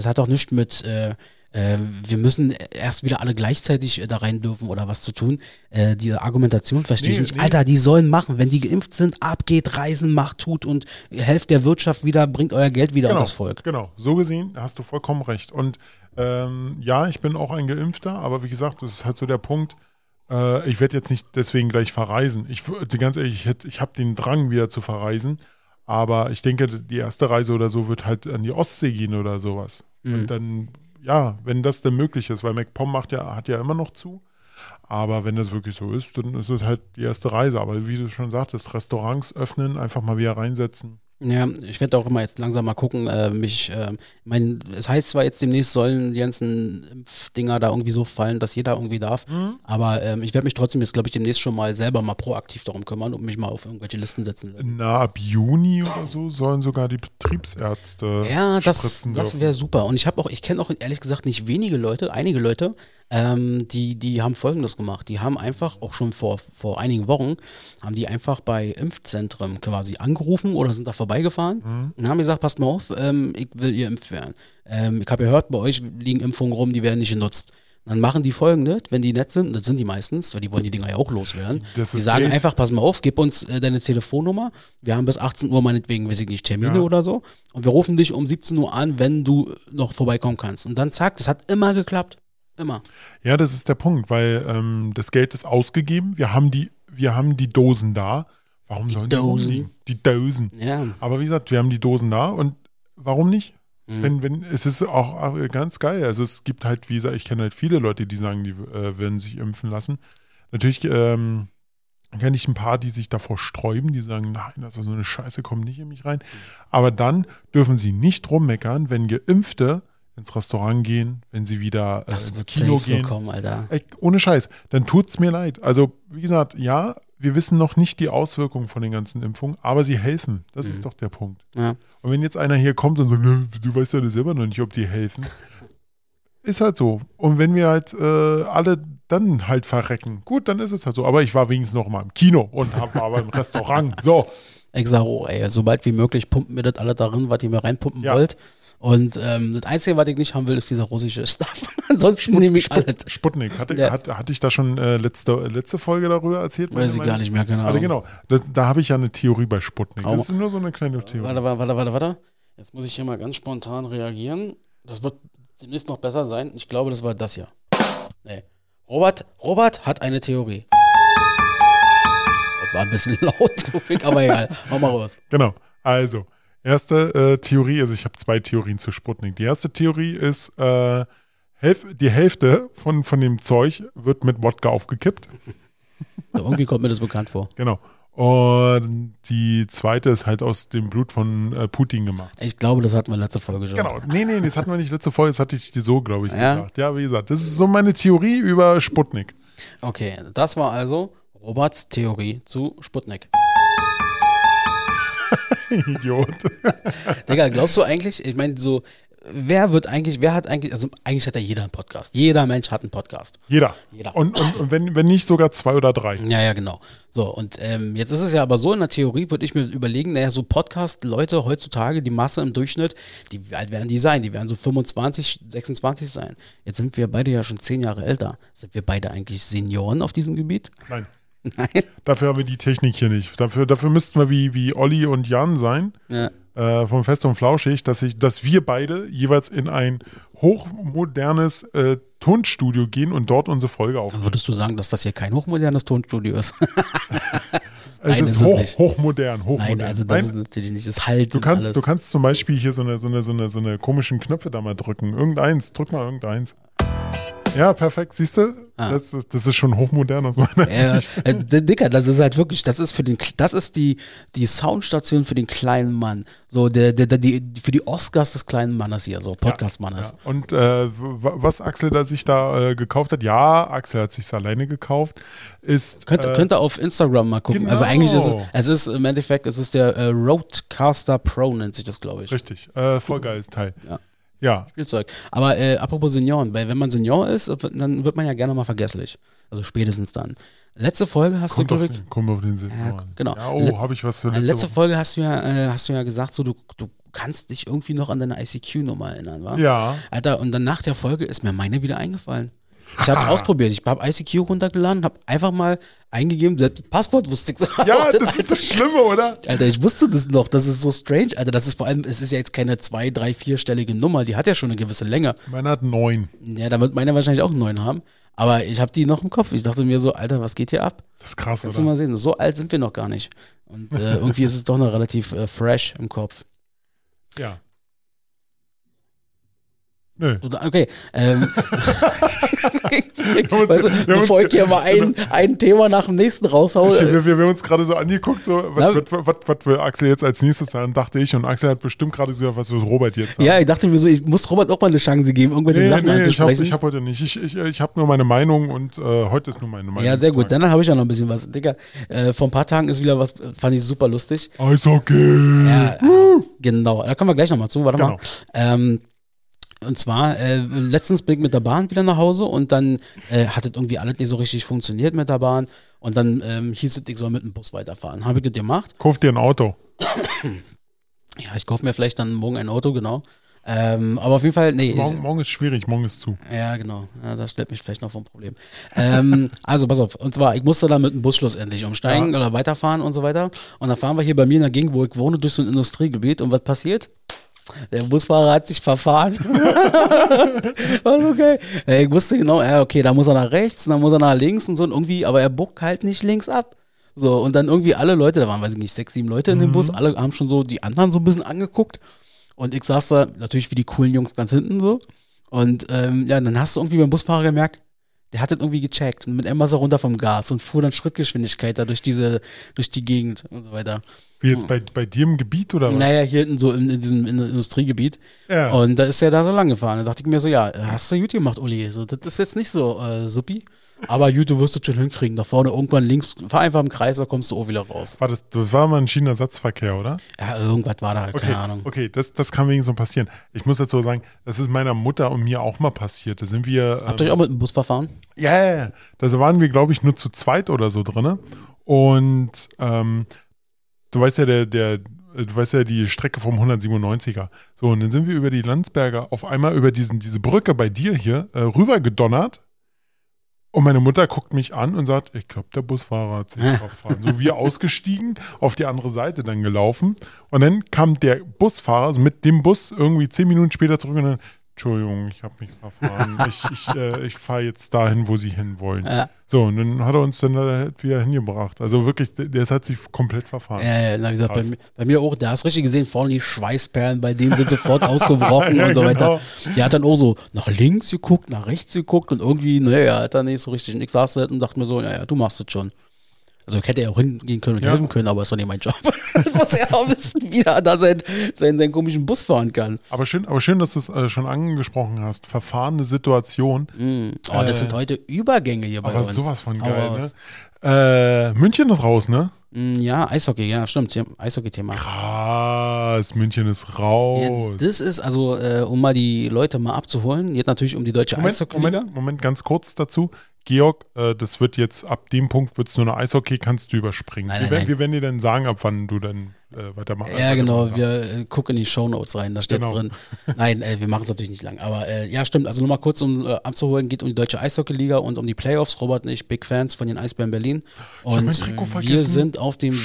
wir müssen erst wieder alle gleichzeitig da rein dürfen oder was zu tun. Diese Argumentation verstehe ich nicht. Nee. Alter, die sollen machen. Wenn die geimpft sind, ab geht, reisen, macht, tut und helft der Wirtschaft wieder, bringt euer Geld wieder an das Volk. Genau, so gesehen hast du vollkommen recht. Und ja, ich bin auch ein Geimpfter, aber wie gesagt, das ist halt so der Punkt, ich werde jetzt nicht deswegen gleich verreisen. Ganz ehrlich, ich habe den Drang wieder zu verreisen, aber ich denke, die erste Reise oder so wird halt an die Ostsee gehen oder sowas. Und dann, ja, wenn das denn möglich ist, weil MacPom hat ja immer noch zu, aber wenn das wirklich so ist, dann ist es halt die erste Reise. Aber wie du schon sagtest, Restaurants öffnen, einfach mal wieder reinsetzen. Ja, ich werde auch immer jetzt langsam mal gucken, es heißt zwar jetzt demnächst sollen die ganzen Impfdinger da irgendwie so fallen, dass jeder irgendwie darf, aber ich werde mich trotzdem jetzt, glaube ich, demnächst schon mal selber mal proaktiv darum kümmern und mich mal auf irgendwelche Listen setzen lassen. Na, ab Juni oder so sollen sogar die Betriebsärzte spritzen dürfen. Das wäre super. Und ich kenne auch ehrlich gesagt nicht einige Leute, die haben Folgendes gemacht. Die haben einfach auch schon vor einigen Wochen, haben die einfach bei Impfzentren quasi angerufen oder sind da vorbeigefahren und haben gesagt, passt mal auf, ich will ihr impft werden. Ich habe gehört, bei euch liegen Impfungen rum, die werden nicht genutzt. Dann machen die Folgendes, wenn die nett sind, das sind die meistens, weil die wollen die Dinger ja auch loswerden. Die sagen Geld. einfach, pass mal auf, gib uns deine Telefonnummer. Wir haben bis 18 Uhr meinetwegen, weiß ich nicht, Termine oder so. Und wir rufen dich um 17 Uhr an, wenn du noch vorbeikommen kannst. Und dann zack, das hat immer geklappt. Immer. Ja, das ist der Punkt, weil das Geld ist ausgegeben. Wir haben die Dosen da. Warum sollen die rumliegen? Die Dosen. Ja. Aber wie gesagt, wir haben die Dosen da und warum nicht? Es ist auch ganz geil. Also es gibt halt, wie gesagt, ich kenne halt viele Leute, die sagen, die werden sich impfen lassen. Natürlich kenne ich ein paar, die sich davor sträuben, die sagen, nein, also so eine Scheiße kommt nicht in mich rein. Aber dann dürfen sie nicht rummeckern, wenn Geimpfte ins Restaurant gehen, wenn sie wieder ins Kino gehen. So kommen, Alter. Ey, ohne Scheiß, dann tut's mir leid. Also, wie gesagt, ja, wir wissen noch nicht die Auswirkungen von den ganzen Impfungen, aber sie helfen. Das ist doch der Punkt. Ja. Und wenn jetzt einer hier kommt und sagt, du weißt ja selber noch nicht, ob die helfen, ist halt so. Und wenn wir halt alle dann halt verrecken, gut, dann ist es halt so. Aber ich war wenigstens noch mal im Kino und war aber im Restaurant. So. Ich sage, oh, ey, sobald wie möglich pumpen wir das alle darin, was ihr mir reinpumpen wollt. Und das Einzige, was ich nicht haben will, ist dieser russische Stuff. Ansonsten nehme ich alles. Sputnik. Hatte ich da schon letzte Folge darüber erzählt? Weiß ich gar nicht mehr, keine Ahnung. Genau. Da habe ich ja eine Theorie bei Sputnik. Das ist nur so eine kleine Theorie. Warte. Jetzt muss ich hier mal ganz spontan reagieren. Das wird demnächst noch besser sein. Ich glaube, das war das hier. Nee. Robert hat eine Theorie. Das war ein bisschen laut, aber egal. Hau mal raus. Genau. Also, erste Theorie, also ich habe 2 Theorien zu Sputnik. Die erste Theorie ist, die Hälfte von dem Zeug wird mit Wodka aufgekippt. So, irgendwie kommt mir das bekannt vor. Genau. Und die zweite ist halt aus dem Blut von Putin gemacht. Ich glaube, das hatten wir letzte Folge schon. Genau. Nee, das hatten wir nicht letzte Folge, das hatte ich dir so, glaube ich, gesagt. Ja, wie gesagt, das ist so meine Theorie über Sputnik. Okay, das war also Roberts Theorie zu Sputnik. Idiot. Digga, glaubst du eigentlich, ich meine, so, eigentlich hat ja jeder einen Podcast. Jeder Mensch hat einen Podcast. Jeder. Und wenn nicht sogar 2 oder 3. Ja, genau. So, und jetzt ist es ja aber so, in der Theorie würde ich mir überlegen, naja, so Podcast-Leute heutzutage, die Masse im Durchschnitt, wie alt werden die sein? Die werden so 25, 26 sein. Jetzt sind wir beide ja schon 10 Jahre älter. Sind wir beide eigentlich Senioren auf diesem Gebiet? Nein. Nein. Dafür haben wir die Technik hier nicht. Dafür müssten wir wie Olli und Jan sein, vom Fest und Flauschig, dass wir beide jeweils in ein hochmodernes Tonstudio gehen und dort unsere Folge aufnehmen. Dann würdest du sagen, dass das hier kein hochmodernes Tonstudio ist? Es ist hochmodern. Nein, also das ist natürlich nicht das Halt. Du kannst zum Beispiel hier so eine komischen Knöpfe da mal drücken. Drück mal irgendeins. Ja, perfekt, siehst du? Das ist schon hochmodern aus meiner Sicht. Dicker, das ist halt wirklich, das ist die Soundstation für den kleinen Mann. So, für die Oscars des kleinen Mannes hier, so Podcast-Mannes. Ja. Und was Axel sich da gekauft hat, Axel hat sich's alleine gekauft, ist. Könnt ihr auf Instagram mal gucken. Genau. Also eigentlich ist im Endeffekt, der Rodecaster Pro, nennt sich das, glaube ich. Richtig, voll geiles Teil. Ja. Spielzeug. Aber apropos Senioren, weil wenn man Senior ist, dann wird man ja gerne mal vergesslich. Also spätestens dann. Letzte Folge hast kommt du auf den Senioren. Ja, genau. Ja, habe ich was für letzte Folge hast du ja gesagt, so du kannst dich irgendwie noch an deine ICQ-Nummer erinnern, wa? Ja. Alter, und dann nach der Folge ist mir meine wieder eingefallen. Ich habe es ausprobiert. Ich habe ICQ runtergeladen, habe einfach mal eingegeben, selbst das Passwort wusste ich. Ja, das ist das Schlimme, oder? Alter, ich wusste das noch. Das ist so strange. Alter, das ist vor allem, es ist ja jetzt keine 2-, 3-, 4-stellige Nummer. Die hat ja schon eine gewisse Länge. Meine hat 9. Ja, da wird meine wahrscheinlich auch 9 haben. Aber ich habe die noch im Kopf. Ich dachte mir so, Alter, was geht hier ab? Das ist krass, Kannst du mal sehen. So alt sind wir noch gar nicht. Und irgendwie ist es doch noch relativ fresh im Kopf. Ja. Nö. Okay. Bevor ich hier mal ein Thema nach dem nächsten raushaue. Wir haben uns gerade so angeguckt, so, was will Axel jetzt als nächstes sein, dachte ich. Und Axel hat bestimmt gerade so was für Robert jetzt sagt. Ja, ich dachte mir so, ich muss Robert auch mal eine Chance geben, irgendwelche Sachen anzusprechen. Ich habe heute nicht. Ich habe nur meine Meinung und heute ist nur meine Meinung. Ja, sehr gut. Dann habe ich auch noch ein bisschen was. Digga, vor ein paar Tagen ist wieder was, fand ich super lustig. Eishockey! Ja, genau. Da kommen wir gleich nochmal zu. Warte mal. Und zwar, letztens bin ich mit der Bahn wieder nach Hause und dann hat es irgendwie alles nicht so richtig funktioniert mit der Bahn. Und dann hieß es, ich soll mit dem Bus weiterfahren. Habe ich das gemacht. Kauf dir ein Auto. Ja, ich kaufe mir vielleicht dann morgen ein Auto, genau. Aber auf jeden Fall, nee. Morgen ist schwierig, morgen ist zu. Ja, genau. Ja, das stellt mich vielleicht noch vor ein Problem. Also, pass auf. Und zwar, ich musste da mit dem Bus schlussendlich umsteigen oder weiterfahren und so weiter. Und dann fahren wir hier bei mir in der Gegend, wo ich wohne, durch so ein Industriegebiet. Und was passiert? Der Busfahrer hat sich verfahren. War so geil. Ich wusste genau, ja, okay, da muss er nach rechts, dann muss er nach links und so. Und irgendwie, aber er buckt halt nicht links ab. So, und dann irgendwie alle Leute, da waren, weiß ich nicht, 6, 7 Leute in dem Bus, alle haben schon so die anderen so ein bisschen angeguckt. Und ich saß da natürlich wie die coolen Jungs ganz hinten so. Und ja, dann hast du irgendwie beim Busfahrer gemerkt, der hat das irgendwie gecheckt. Und mit einmal so runter vom Gas und fuhr dann Schrittgeschwindigkeit da durch die Gegend und so weiter. Wie jetzt bei dir im Gebiet oder was? Naja, hier hinten so in diesem Industriegebiet. Ja. Und da ist er da so lang gefahren. Da dachte ich mir so, ja, hast du gut gemacht, Uli. So, das ist jetzt nicht so suppi. Aber gut, du wirst es schon hinkriegen. Da vorne irgendwann links, fahr einfach im Kreis, da kommst du auch wieder raus. Das war mal ein Schienenersatzverkehr, oder? Ja, irgendwas war da, keine Ahnung. Okay, das kann wenigstens so passieren. Ich muss dazu sagen, das ist meiner Mutter und mir auch mal passiert. Da sind wir. Habt ihr euch auch mit dem Bus verfahren? Ja. Da waren wir, glaube ich, nur zu zweit oder so drin. Und du weißt ja, die Strecke vom 197er. So, und dann sind wir über die Landsberger auf einmal über diese Brücke bei dir hier rüber gedonnert. Und meine Mutter guckt mich an und sagt, ich glaube, der Busfahrer hat sich verfahren. So, wir ausgestiegen, auf die andere Seite dann gelaufen. Und dann kam der Busfahrer, also mit dem Bus, irgendwie 10 Minuten später zurück und dann, Entschuldigung, ich habe mich verfahren. Ich fahre jetzt dahin, wo Sie hinwollen. Ja. So, und dann hat er uns dann wieder hingebracht. Also wirklich, der hat sich komplett verfahren. Ja, wie gesagt, bei mir auch, da hast du richtig gesehen, vorne die Schweißperlen, bei denen sind sofort ausgebrochen ja, und so weiter. Der hat dann auch so nach links geguckt, nach rechts geguckt und irgendwie, naja, hat er nicht so richtig. Und ich saß da und dachte mir so, ja, du machst es schon. Also ich hätte ja auch hingehen können und helfen können, aber ist doch nicht mein Job. Ich muss ja auch wissen, wie er da seinen komischen Bus fahren kann. Aber schön, dass du es schon angesprochen hast. Verfahrene Situation. Das sind heute Übergänge hier bei uns. Aber sowas von geil, ne? München ist raus, ne? Ja, Eishockey, ja, stimmt. Eishockey-Thema. Krass, München ist raus. Ja, das ist, also, um mal die Leute mal abzuholen, geht natürlich um die deutsche Eishockey-Liga. Moment, ganz kurz dazu. Georg, das wird jetzt, ab dem Punkt wird es nur noch Eishockey, kannst du überspringen. Wir werden dir dann sagen, ab wann du dann weitermachst. Ja, genau, wir gucken in die Shownotes rein, da steht es drin. Nein, wir machen es natürlich nicht lang, aber ja, stimmt, also nochmal kurz, um abzuholen, geht um die deutsche Eishockey-Liga und um die Playoffs. Robert und ich, Big Fans von den Eisbären Berlin. Und wir sind auf dem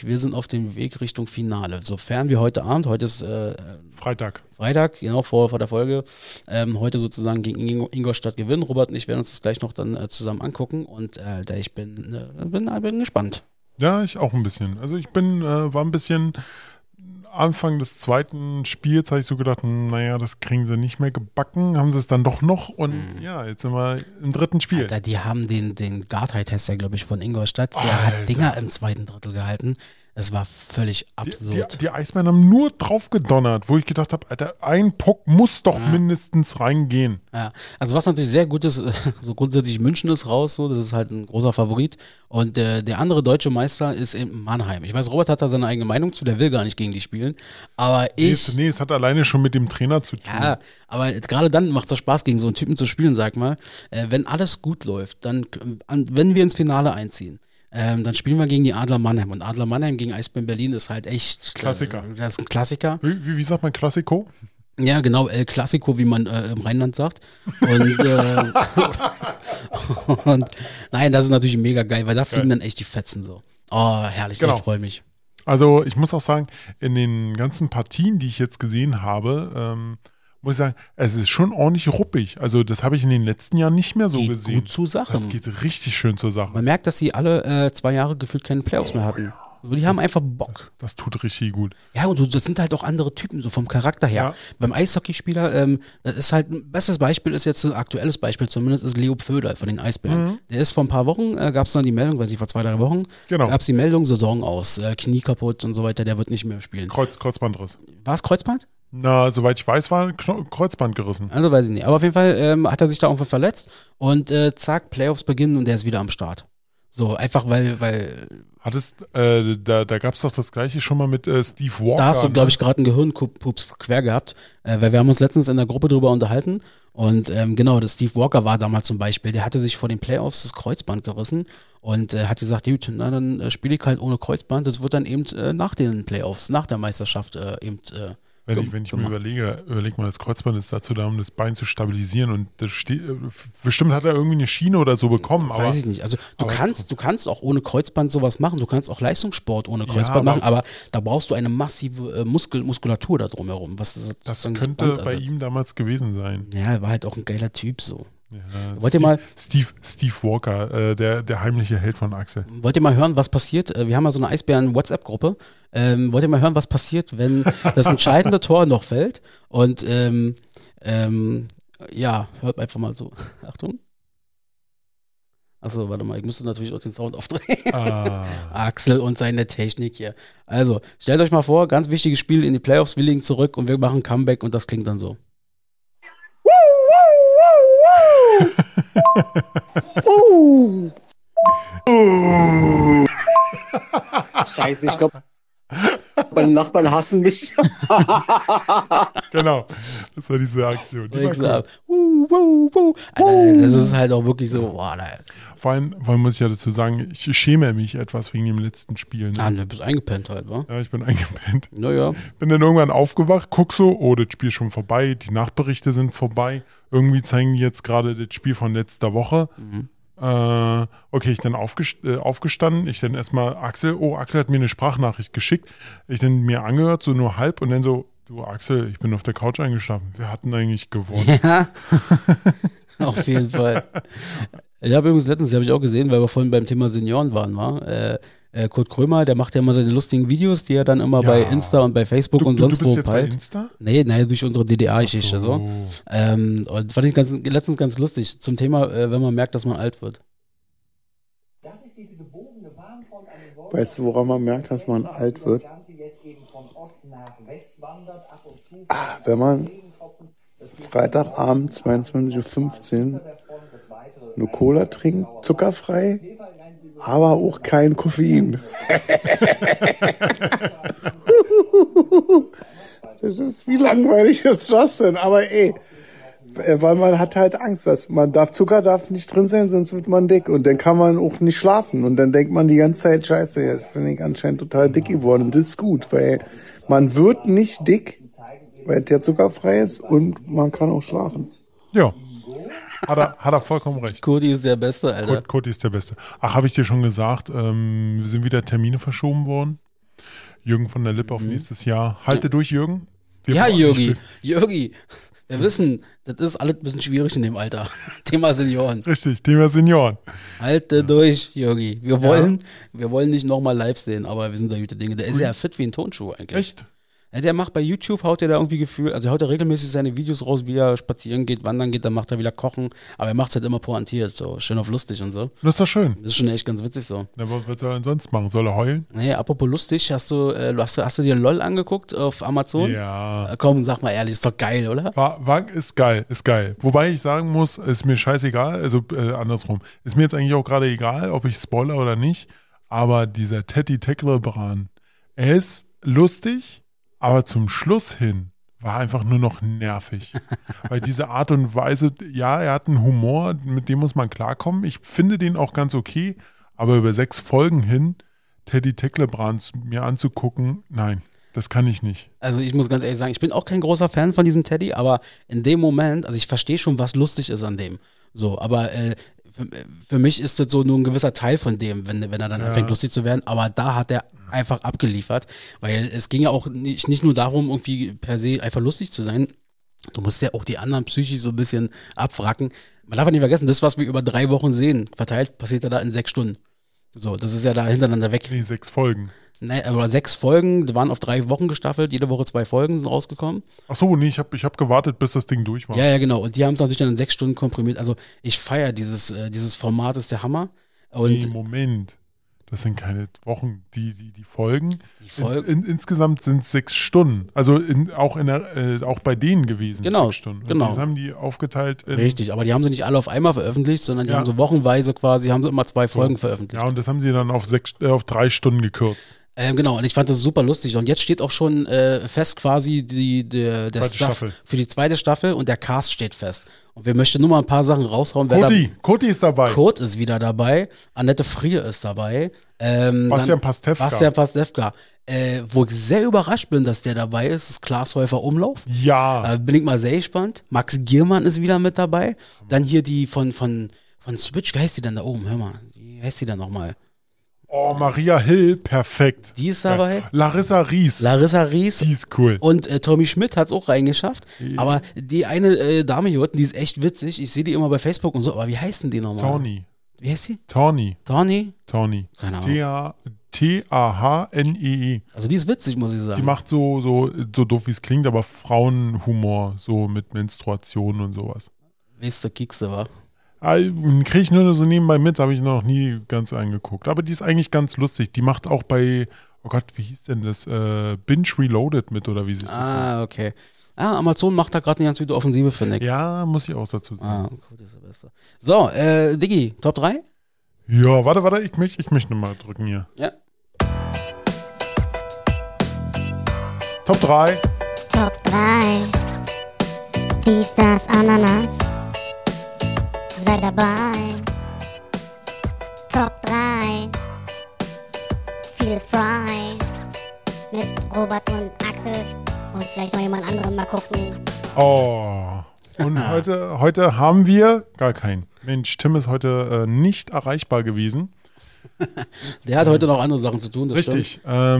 Weg Richtung Finale. Sofern wir heute Abend, heute ist Freitag, genau, vor der Folge, heute sozusagen gegen Ingolstadt gewinnen. Robert und ich werden uns das gleich noch dann zusammen angucken und ich bin gespannt. Ja, ich auch ein bisschen. Also ich war ein bisschen, Anfang des zweiten Spiels habe ich so gedacht, naja, das kriegen sie nicht mehr gebacken, haben sie es dann doch noch und ja, jetzt sind wir im dritten Spiel. Alter, die haben den Guard-High-Tester, glaube ich, von Ingolstadt, der hat Dinger im zweiten Drittel gehalten. Es war völlig absurd. Die Eisbären haben nur drauf gedonnert, wo ich gedacht habe, Alter, ein Puck muss doch mindestens reingehen. Ja, also was natürlich sehr gut ist, so grundsätzlich München ist raus, so, das ist halt ein großer Favorit. Und der andere deutsche Meister ist eben Mannheim. Ich weiß, Robert hat da seine eigene Meinung zu, der will gar nicht gegen die spielen. Aber Nee, es hat alleine schon mit dem Trainer zu tun. Ja, aber gerade dann macht es doch Spaß, gegen so einen Typen zu spielen, sag mal. Wenn alles gut läuft, dann, wenn wir ins Finale einziehen, dann spielen wir gegen die Adler Mannheim. Und Adler Mannheim gegen Eisbären Berlin ist halt echt Klassiker. Das ist ein Klassiker. Wie sagt man Klassiko? Ja, genau, El Clasico, wie man im Rheinland sagt. Und nein, das ist natürlich mega geil, weil da fliegen dann echt die Fetzen so. Oh, herrlich, genau. Ich freue mich. Also ich muss auch sagen, in den ganzen Partien, die ich jetzt gesehen habe, muss ich sagen, es ist schon ordentlich ruppig. Also das habe ich in den letzten Jahren nicht mehr so geht gesehen. Gut zur Sache. Das geht richtig schön zur Sache. Man merkt, dass sie alle 2 Jahre gefühlt keine Playoffs mehr hatten. Also die haben einfach Bock. Das tut richtig gut. Ja, und das sind halt auch andere Typen, so vom Charakter her. Ja. Beim Eishockeyspieler, das ist halt, ein bestes Beispiel ist jetzt ein aktuelles Beispiel zumindest, ist Leo Pföder von den Eisbären. Mhm. Der ist vor ein paar Wochen, gab es dann die Meldung, weiß ich, vor 2, 3 Wochen, gab es die Meldung, Saison aus, Knie kaputt und so weiter, der wird nicht mehr spielen. Kreuzbandriss. War es Kreuzband? Na, soweit ich weiß, war Kreuzband gerissen. Also weiß ich nicht. Aber auf jeden Fall hat er sich da irgendwo verletzt und zack, Playoffs beginnen und der ist wieder am Start. So, einfach weil da gab es doch das Gleiche schon mal mit Steve Walker. Da hast du, glaube ich, gerade einen Gehirnpups quer gehabt, weil wir haben uns letztens in der Gruppe drüber unterhalten und genau, das Steve Walker war damals zum Beispiel, der hatte sich vor den Playoffs das Kreuzband gerissen und hat gesagt, gut, na, dann spiele ich halt ohne Kreuzband, das wird dann eben nach den Playoffs, nach der Meisterschaft eben Wenn ich mir überleg mal, das Kreuzband ist dazu da, um das Bein zu stabilisieren und bestimmt hat er irgendwie eine Schiene oder so bekommen. Weiß ich nicht. Also du kannst auch ohne Kreuzband sowas machen. Du kannst auch Leistungssport ohne Kreuzband machen, aber da brauchst du eine massive Muskulatur da drumherum. Das könnte bei ihm damals gewesen sein. Ja, er war halt auch ein geiler Typ so. Ja, Steve Walker, der heimliche Held von Axel. Wollt ihr mal hören, was passiert? Wir haben ja so eine Eisbären-WhatsApp-Gruppe. Wollt ihr mal hören, was passiert, wenn das entscheidende Tor noch fällt? Und ja, hört einfach mal so. Achtung. Achso, warte mal, ich musste natürlich auch den Sound aufdrehen. Axel und seine Technik hier. Also, stellt euch mal vor, ganz wichtiges Spiel in die Playoffs, wir liegen zurück und wir machen Comeback und das klingt dann so. Scheiße, ich glaube, meine Nachbarn hassen mich. Genau, das war diese Aktion. Alter, das ist halt auch wirklich so, boah, Vor allem muss ich ja dazu sagen, ich schäme mich etwas wegen dem letzten Spiel. Ne? Du bist eingepennt halt, wa? Ja, ich bin eingepennt. Naja. Bin dann irgendwann aufgewacht, guck so, oh, das Spiel ist schon vorbei, die Nachberichte sind vorbei. Irgendwie zeigen die jetzt gerade das Spiel von letzter Woche. Okay, ich dann aufgestanden, ich dann erstmal Axel hat mir eine Sprachnachricht geschickt, ich dann mir angehört, so nur halb und dann so, du Axel, ich bin auf der Couch eingeschlafen, wir hatten eigentlich gewonnen. Ja, auf jeden Fall. Ich habe übrigens letztens, habe ich auch gesehen, weil wir vorhin beim Thema Senioren waren, Kurt Krömer, der macht ja immer seine lustigen Videos, die er dann immer bei Insta und bei Facebook und sonst wo peilt. Bei Insta? Nee, durch unsere DDR-Geschichte so. Und fand ich letztens ganz lustig zum Thema, wenn man merkt, dass man alt wird. Das ist diese gebogene Warnfront an den Wolken. Weißt du, woran man merkt, dass man alt wird? Wenn man Freitagabend 22:15 Uhr eine Cola trinkt, zuckerfrei, aber auch kein Koffein. Das ist, wie langweilig ist das denn? Aber weil man hat halt Angst, dass Zucker darf nicht drin sein, sonst wird man dick. Und dann kann man auch nicht schlafen. Und dann denkt man die ganze Zeit, scheiße, jetzt bin ich anscheinend total dick geworden. Und das ist gut, weil man wird nicht dick, weil der zuckerfrei ist und man kann auch schlafen. Ja. Hat er vollkommen recht. Kurti ist der Beste, Alter. Kurti ist der Beste. Ach, habe ich dir schon gesagt, sind wieder Termine verschoben worden? Jürgen von der Lippe auf nächstes Jahr. Halte durch, Jürgen. Jürgi. Wir wissen, das ist alles ein bisschen schwierig in dem Alter. Thema Senioren. Richtig, Thema Senioren. Halte durch, Jürgi. Wir wollen nicht nochmal live sehen, aber wir sind da gute Dinge. Der ist ja fit wie ein Tonschuh eigentlich. Echt? Ja, der macht bei YouTube, haut er da irgendwie Gefühl, also er haut er regelmäßig seine Videos raus, wie er spazieren geht, wandern geht, dann macht er wieder Kochen, aber er macht es halt immer pointiert, so schön auf lustig und so. Das ist doch schön. Das ist schon echt ganz witzig so. Ja, was soll er denn sonst machen? Soll er heulen? Nee, apropos lustig, hast du dir LOL angeguckt auf Amazon? Ja. Komm, sag mal ehrlich, ist doch geil, oder? Ist geil. Wobei ich sagen muss, ist mir scheißegal, also andersrum. Ist mir jetzt eigentlich auch gerade egal, ob ich spoiler oder nicht, aber dieser Teddy Tecklebrand, er ist lustig, aber zum Schluss hin war einfach nur noch nervig. Weil diese Art und Weise, ja, er hat einen Humor, mit dem muss man klarkommen. Ich finde den auch ganz okay, aber über 6 Folgen hin Teddy Tecklebrand mir anzugucken, nein, das kann ich nicht. Also ich muss ganz ehrlich sagen, ich bin auch kein großer Fan von diesem Teddy, aber in dem Moment, also ich verstehe schon, was lustig ist an dem. So, aber für mich ist das so nur ein gewisser Teil von dem, wenn er dann anfängt lustig zu werden, aber da hat er einfach abgeliefert, weil es ging ja auch nicht nur darum, irgendwie per se einfach lustig zu sein, du musst ja auch die anderen psychisch so ein bisschen abwracken. Man darf ja nicht vergessen, das, was wir über 3 Wochen sehen, verteilt, passiert ja da in 6 Stunden. So, das ist ja da hintereinander weg. Nee, 6 Folgen. Nein, aber 6 Folgen, die waren auf 3 Wochen gestaffelt, jede Woche 2 Folgen sind rausgekommen. Ach so, nee, ich hab gewartet, bis das Ding durch war. Ja, genau, und die haben es natürlich dann in 6 Stunden komprimiert. Also ich feiere dieses Format, ist der Hammer. Und nee, Moment. Das sind keine Wochen, die Folgen. Die Folgen? Insgesamt sind es 6 Stunden. Also auch bei denen gewesen. Genau. 6 Stunden. Und genau. das haben die aufgeteilt. Richtig, aber die haben sie nicht alle auf einmal veröffentlicht, sondern die haben so wochenweise quasi, haben sie immer 2 Folgen veröffentlicht. Ja, und das haben sie dann auf 3 Stunden gekürzt. Genau, und ich fand das super lustig. Und jetzt steht auch schon fest quasi der Stuff für die 2. Staffel und der Cast steht fest. Und wir möchten nur mal ein paar Sachen raushauen. Koti ist dabei. Kurt ist wieder dabei. Annette Frier ist dabei. Bastian Pastewka. Bastian Pastewka. Wo ich sehr überrascht bin, dass der dabei ist Klaas Häufer Umlauf. Ja. Bin ich mal sehr gespannt. Max Giermann ist wieder mit dabei. Dann hier die von Switch, wie heißt die denn da oben? Hör mal, wie heißt die denn nochmal? Oh, Maria Hill, perfekt. Die ist dabei. Larissa Ries. Die ist cool. Und Tommy Schmidt hat es auch reingeschafft. Aber die eine Dame hier unten, die ist echt witzig. Ich sehe die immer bei Facebook und so. Aber wie heißen die nochmal? Tawny. Wie heißt die? Tawny. Tawny? Keine Ahnung. T-A-H-N-E-E. Also die ist witzig, muss ich sagen. Die macht so doof, wie es klingt, aber Frauenhumor, so mit Menstruation und sowas. Weißt du, Kiekse, wa? Kriege ich nur so nebenbei mit, habe ich noch nie ganz angeguckt. Aber die ist eigentlich ganz lustig. Die macht auch bei, oh Gott, wie hieß denn das? Binge Reloaded mit, oder wie sich das nennt. Okay. Amazon macht da gerade eine ganz gute Offensive, finde ich. Ja, muss ich auch dazu sagen. Gut, ist ja besser. So, Diggi, Top 3? Ja, warte, ich möchte nochmal drücken hier. Ja. Top 3. Top 3. Dies, das, Ananas. Sei dabei. Top 3. Feel frei. Mit Robert und Axel. Und vielleicht noch jemand anderen mal gucken. Oh. Und heute haben wir gar keinen. Mensch, Tim ist heute nicht erreichbar gewesen. Der hat heute noch andere Sachen zu tun, das Richtig.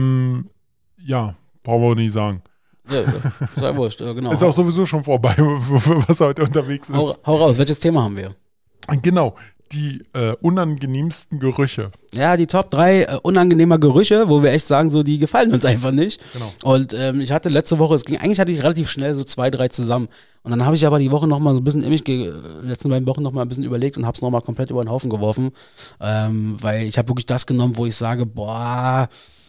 Ja, brauchen wir nicht sagen. Ja, sei wurscht, genau. Ist auch sowieso schon vorbei, was heute unterwegs ist. Hau raus, welches Thema haben wir? Genau, die unangenehmsten Gerüche. Ja, die Top 3 unangenehmer Gerüche, wo wir echt sagen, so die gefallen uns einfach nicht. Genau. Und ich hatte letzte Woche, eigentlich hatte ich relativ schnell so 2, 3 zusammen. Und dann habe ich aber die Woche nochmal so ein bisschen letzten beiden Wochen nochmal ein bisschen überlegt und habe es nochmal komplett über den Haufen geworfen. Weil ich habe wirklich das genommen, wo ich sage, boah,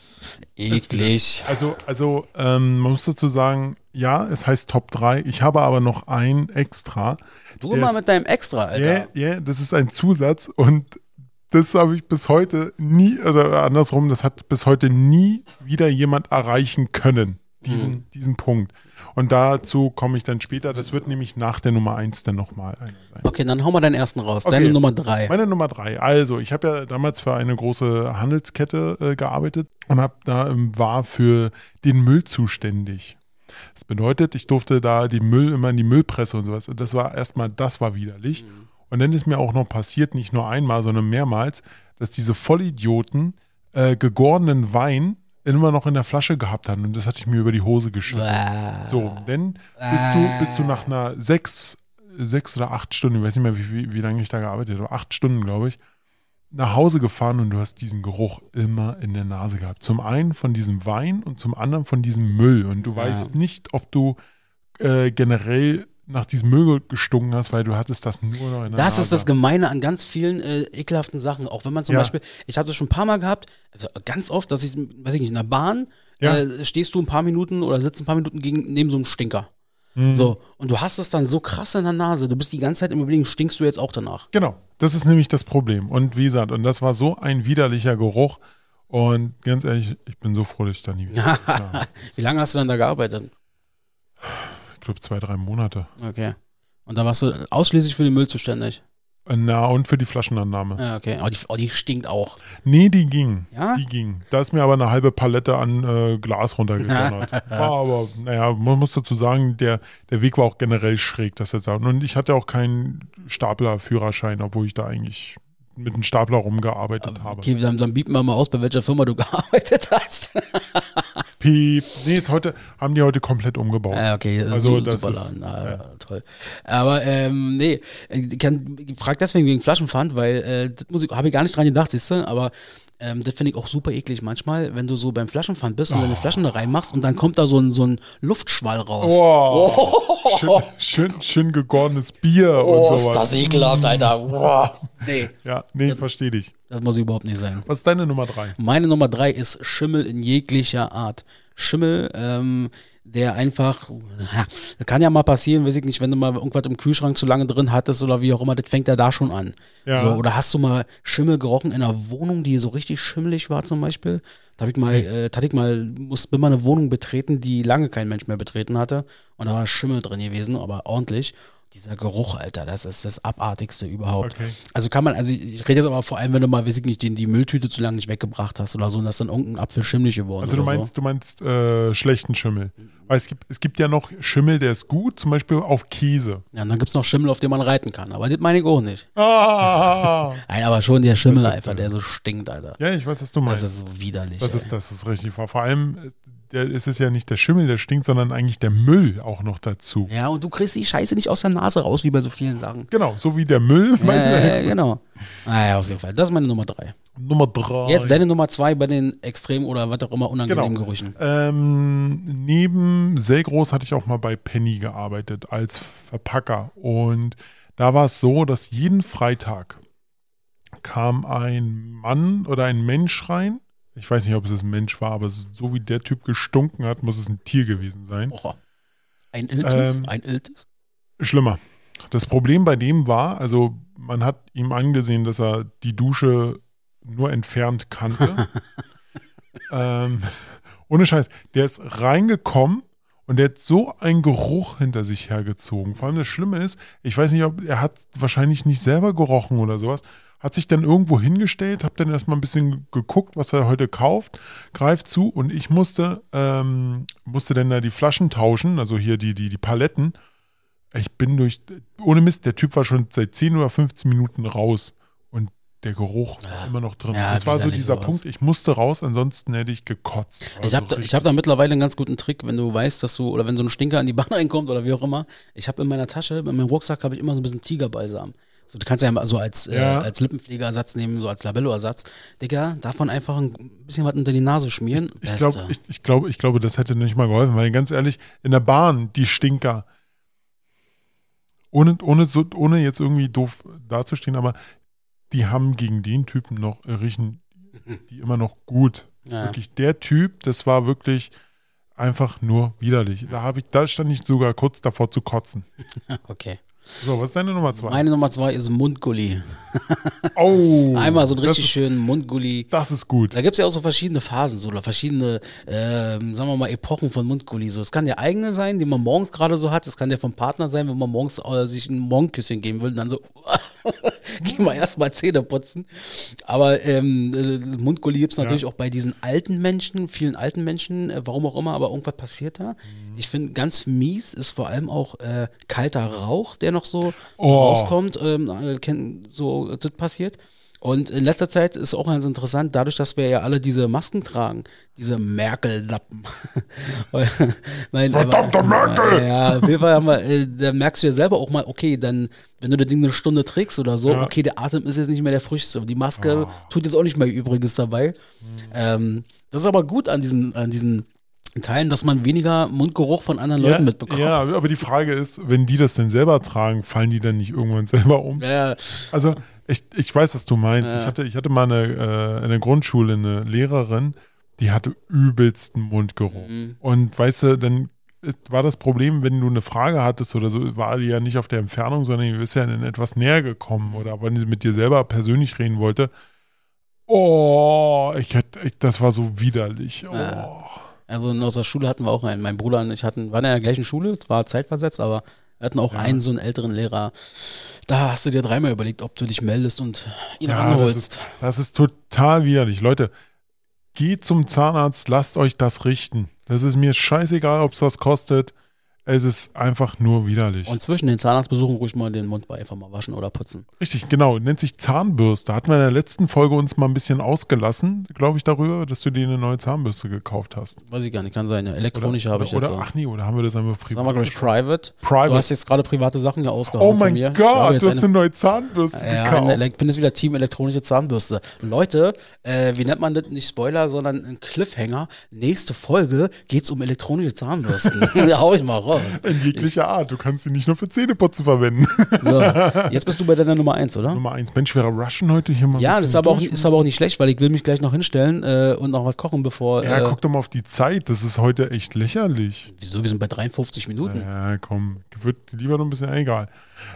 eklig. Also man muss dazu sagen, ja, es heißt Top 3. Ich habe aber noch ein Extra. Du immer mit deinem Extra, Alter. Ja, das ist ein Zusatz und das habe ich bis heute nie, also andersrum, das hat bis heute nie wieder jemand erreichen können, diesen Punkt. Und dazu komme ich dann später. Das wird nämlich nach der Nummer 1 dann nochmal einer sein. Okay, dann hau mal deinen ersten raus. Okay. Deine Nummer 3. Meine Nummer 3. Also, ich habe ja damals für eine große Handelskette gearbeitet und war für den Müll zuständig. Das bedeutet, ich durfte da den Müll immer in die Müllpresse und sowas. Und das war widerlich. Und dann ist mir auch noch passiert, nicht nur einmal, sondern mehrmals, dass diese Vollidioten gegorenen Wein immer noch in der Flasche gehabt haben. Und das hatte ich mir über die Hose geschüttet. So, dann bist du nach einer 6 oder 8 Stunden, ich weiß nicht mehr, wie lange ich da gearbeitet habe, 8 Stunden, glaube ich, nach Hause gefahren und du hast diesen Geruch immer in der Nase gehabt. Zum einen von diesem Wein und zum anderen von diesem Müll. Und du weißt nicht, ob du generell nach diesem Müll gestunken hast, weil du hattest das nur noch in der Nase. Das ist das Gemeine an ganz vielen ekelhaften Sachen. Auch wenn man zum Beispiel, ich habe das schon ein paar Mal gehabt, also ganz oft, dass ich, weiß ich nicht, in der Bahn stehst du ein paar Minuten oder sitzt ein paar Minuten neben so einem Stinker. So, und du hast es dann so krass in der Nase, du bist die ganze Zeit im Überlegen, stinkst du jetzt auch danach? Genau, das ist nämlich das Problem. Und wie gesagt, und das war so ein widerlicher Geruch. Und ganz ehrlich, ich bin so froh, dass ich da nie wieder Wie lange hast du dann da gearbeitet? Ich glaube 2, 3 Monate. Okay. Und da warst du ausschließlich für den Müll zuständig? Na, und für die Flaschenannahme. Ja, okay. Aber die stinkt auch. Nee, die ging. Ja? Die ging. Da ist mir aber eine halbe Palette an Glas runtergedonnert. Aber naja, man muss dazu sagen, der Weg war auch generell schräg, dass er sagt. Und ich hatte auch keinen Staplerführerschein, obwohl ich da eigentlich mit einem Stapler rumgearbeitet habe. Okay, dann bieten wir mal aus, bei welcher Firma du gearbeitet hast. Piep. Nee, haben die heute komplett umgebaut. Okay, also super das ist, toll. Aber nee, ich frage deswegen wegen Flaschenpfand, weil das habe ich gar nicht dran gedacht, siehst du, aber das finde ich auch super eklig manchmal, wenn du so beim Flaschenpfand bist und deine Flaschen da reinmachst und dann kommt da so ein Luftschwall raus. Schön gegorenes Bier und sowas. Ist das ekelhaft, Alter. Nee. Ja, nee, ich verstehe dich. Das muss überhaupt nicht sein. Was ist deine Nummer 3? Meine Nummer 3 ist Schimmel in jeglicher Art. Schimmel, der einfach, kann ja mal passieren, weiß ich nicht, wenn du mal irgendwas im Kühlschrank zu lange drin hattest oder wie auch immer, das fängt ja da schon an. Ja. So, oder hast du mal Schimmel gerochen in einer Wohnung, die so richtig schimmelig war zum Beispiel? Da bin mal eine Wohnung betreten, die lange kein Mensch mehr betreten hatte und da war Schimmel drin gewesen, aber ordentlich. Dieser Geruch, Alter, das ist das Abartigste überhaupt. Okay. Also ich rede jetzt aber vor allem, wenn du mal, weiß ich nicht, die Mülltüte zu lange nicht weggebracht hast oder so, und dass dann irgendein Apfel schimmelig geworden Also ist. du meinst schlechten Schimmel. Weil es gibt ja noch Schimmel, der ist gut, zum Beispiel auf Käse. Ja, und dann gibt es noch Schimmel, auf dem man reiten kann, aber das meine ich auch nicht. Ah! Nein, aber schon der Schimmel einfach, der so stinkt, Alter. Ja, ich weiß, was du meinst. Das ist so widerlich. Das ey. ist richtig. Vor allem ist es ja nicht der Schimmel, der stinkt, sondern eigentlich der Müll auch noch dazu. Ja, und du kriegst die Scheiße nicht aus der Nase raus, wie bei so vielen Sachen. Genau, so wie der Müll. Weißt du? Genau. Naja, auf jeden Fall. Das ist meine Nummer 3. Nummer 3. Jetzt deine Nummer 2 bei den extrem oder was auch immer unangenehmen Gerüchen. Neben Selgros hatte ich auch mal bei Penny gearbeitet als Verpacker. Und da war es so, dass jeden Freitag kam ein Mann oder ein Mensch rein. Ich weiß nicht, ob es ein Mensch war, aber so wie der Typ gestunken hat, muss es ein Tier gewesen sein. Oha. Ein Iltis? Schlimmer. Das Problem bei dem war, also man hat ihm angesehen, dass er die Dusche nur entfernt kannte. Ohne Scheiß. Der ist reingekommen und der hat so einen Geruch hinter sich hergezogen. Vor allem das Schlimme ist, ich weiß nicht, er hat wahrscheinlich nicht selber gerochen oder sowas, hat sich dann irgendwo hingestellt, hab dann erstmal ein bisschen geguckt, was er heute kauft, greift zu und ich musste dann da die Flaschen tauschen, also hier die Paletten. Ich bin ohne Mist, der Typ war schon seit 10 oder 15 Minuten raus und der Geruch war immer noch drin. Ja, das war so widerlich dieser sowas. Punkt, ich musste raus, ansonsten hätte ich gekotzt. Ich hab da mittlerweile einen ganz guten Trick, wenn du weißt, oder wenn so ein Stinker an die Bahn reinkommt oder wie auch immer. Ich habe in meiner Tasche, in meinem Rucksack habe ich immer so ein bisschen Tigerbalsam. So, du kannst ja mal so als Lippenpflegeersatz nehmen, so als Labello-Ersatz. Digga, davon einfach ein bisschen was unter die Nase schmieren. Ich glaube, das hätte nicht mal geholfen, weil ganz ehrlich, in der Bahn, die Stinker, ohne jetzt irgendwie doof dazustehen, aber die haben gegen den Typen riechen die immer noch gut. Ja. Wirklich, der Typ, das war wirklich einfach nur widerlich. Da stand ich sogar kurz davor zu kotzen. Okay. So, was ist deine Nummer 2? Meine Nummer 2 ist Mundgulli. Oh! Einmal so einen richtig schönen Mundgulli. Das ist gut. Da gibt es ja auch so verschiedene Phasen oder verschiedene, sagen wir mal, Epochen von Mundgulli. So, es kann der eigene sein, den man morgens gerade so hat. Es kann der vom Partner sein, wenn man morgens sich ein Morgenküsschen geben will und dann so, gehen wir erstmal Zähne putzen. Aber Mundgulli gibt es natürlich auch bei diesen alten Menschen, vielen alten Menschen, warum auch immer, aber irgendwas passiert da. Ich finde, ganz mies ist vor allem auch kalter Rauch, der noch so rauskommt, das passiert. Und in letzter Zeit ist auch ganz interessant, dadurch, dass wir ja alle diese Masken tragen, diese Merkel-Lappen. Verdammter Merkel! Ja, auf jeden Fall da merkst du ja selber auch mal, okay, dann, wenn du das Ding eine Stunde trägst oder so, okay, der Atem ist jetzt nicht mehr der frischste. Und die Maske tut jetzt auch nicht mehr Übriges dabei. Das ist aber gut an diesen Teilen, dass man weniger Mundgeruch von anderen Leuten mitbekommt. Ja, aber die Frage ist, wenn die das denn selber tragen, fallen die dann nicht irgendwann selber um? Ja. Also ich weiß, was du meinst. Ja. Ich hatte mal in der Grundschule eine Lehrerin, die hatte übelsten Mundgeruch. Und weißt du, dann war das Problem, wenn du eine Frage hattest oder so, war die ja nicht auf der Entfernung, sondern du bist ja in etwas näher gekommen oder wenn sie mit dir selber persönlich reden wollte. Oh, das war so widerlich. Oh. Ja. Also aus der Schule hatten wir auch einen. Mein Bruder und ich waren in der gleichen Schule, zwar zeitversetzt, aber wir hatten auch einen so einen älteren Lehrer. Da hast du dir dreimal überlegt, ob du dich meldest und ihn ranholst. Das ist total widerlich. Leute, geht zum Zahnarzt, lasst euch das richten. Das ist mir scheißegal, ob es was kostet. Es ist einfach nur widerlich. Und zwischen den Zahnarztbesuchen ruhig mal den Mund einfach mal waschen oder putzen. Richtig, genau. Nennt sich Zahnbürste. Hatten wir in der letzten Folge uns mal ein bisschen ausgelassen, glaube ich, darüber, dass du dir eine neue Zahnbürste gekauft hast. Weiß ich gar nicht, kann sein. Eine elektronische habe ich jetzt. Oder haben wir das einfach privat? Sagen wir, glaube ich, private. Private. Du hast jetzt gerade private Sachen ja ausgehauen Oh mein von mir. Gott, du hast eine neue Zahnbürste gekauft. Ich bin jetzt wieder Team elektronische Zahnbürste. Leute, wie nennt man das? Nicht Spoiler, sondern ein Cliffhanger. Nächste Folge geht es um elektronische Zahnbürsten. Da hau ich mal raus. In jeglicher Art. Du kannst sie nicht nur für Zähneputzen verwenden. So, jetzt bist du bei deiner Nummer 1, oder? Nummer 1. Mensch, wäre Rushen heute hier mal. Ja, das ist aber auch nicht schlecht, weil ich will mich gleich noch hinstellen und noch was kochen, bevor. Ja, guck doch mal auf die Zeit. Das ist heute echt lächerlich. Wieso? Wir sind bei 53 Minuten. Ja, komm. Wird lieber noch ein bisschen egal.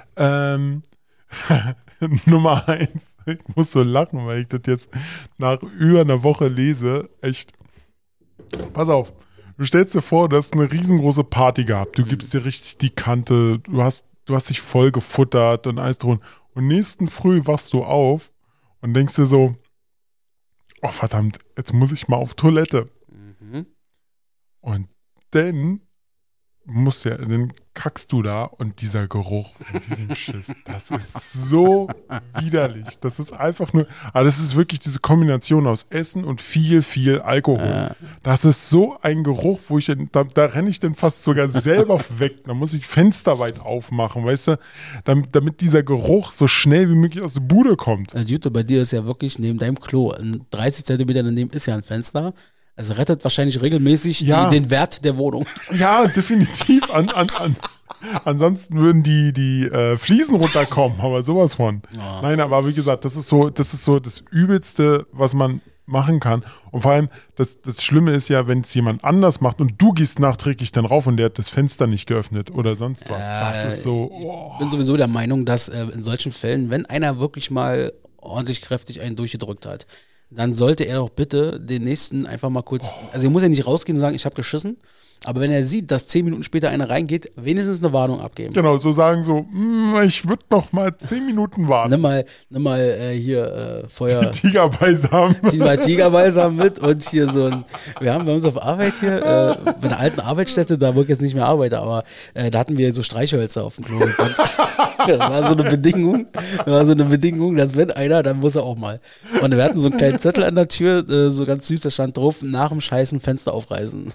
Nummer 1. Ich muss so lachen, weil ich das jetzt nach über einer Woche lese. Echt. Pass auf. Du stellst dir vor, du hast eine riesengroße Party gehabt. Du gibst dir richtig die Kante. Du hast du hast dich voll gefuttert und alles drin. Und nächsten Früh wachst du auf und denkst dir so, oh verdammt, jetzt muss ich mal auf Toilette. Und dann dann kackst du da und dieser Geruch von diesem Schiss, das ist so widerlich. Das ist einfach nur, aber das ist wirklich diese Kombination aus Essen und viel, viel Alkohol. Das ist so ein Geruch, wo ich, da renne ich dann fast sogar selber weg. Da muss ich Fenster weit aufmachen, weißt du, damit dieser Geruch so schnell wie möglich aus der Bude kommt. Also Jutta, bei dir ist ja wirklich neben deinem Klo, 30 Zentimeter daneben ist ja ein Fenster. Also rettet wahrscheinlich regelmäßig den Wert der Wohnung. Ja, definitiv. Ansonsten würden die Fliesen runterkommen, aber sowas von. Ja. Nein, aber wie gesagt, das ist so das Übelste, was man machen kann. Und vor allem, das Schlimme ist ja, wenn es jemand anders macht und du gehst nachträglich dann rauf und der hat das Fenster nicht geöffnet oder sonst was. Das ist so. Oh. Ich bin sowieso der Meinung, dass in solchen Fällen, wenn einer wirklich mal ordentlich kräftig einen durchgedrückt hat, dann sollte er doch bitte den nächsten einfach mal kurz, also er muss ja nicht rausgehen und sagen, ich habe geschissen, aber wenn er sieht, dass 10 Minuten später einer reingeht, wenigstens eine Warnung abgeben. Genau, so sagen so, ich würde noch mal 10 Minuten warten. Nimm mal hier Feuer. Tigerbalsam. Tigerbalsam mit und hier so ein, wir haben bei uns auf Arbeit hier, bei einer alten Arbeitsstätte, da wo ich jetzt nicht mehr arbeite, aber da hatten wir so Streichhölzer auf dem Klo. Das war so eine Bedingung, dass wenn einer, dann muss er auch mal. Und wir hatten so einen kleinen Zettel an der Tür, so ganz süß, da stand drauf, nach dem Scheißen Fenster aufreißen.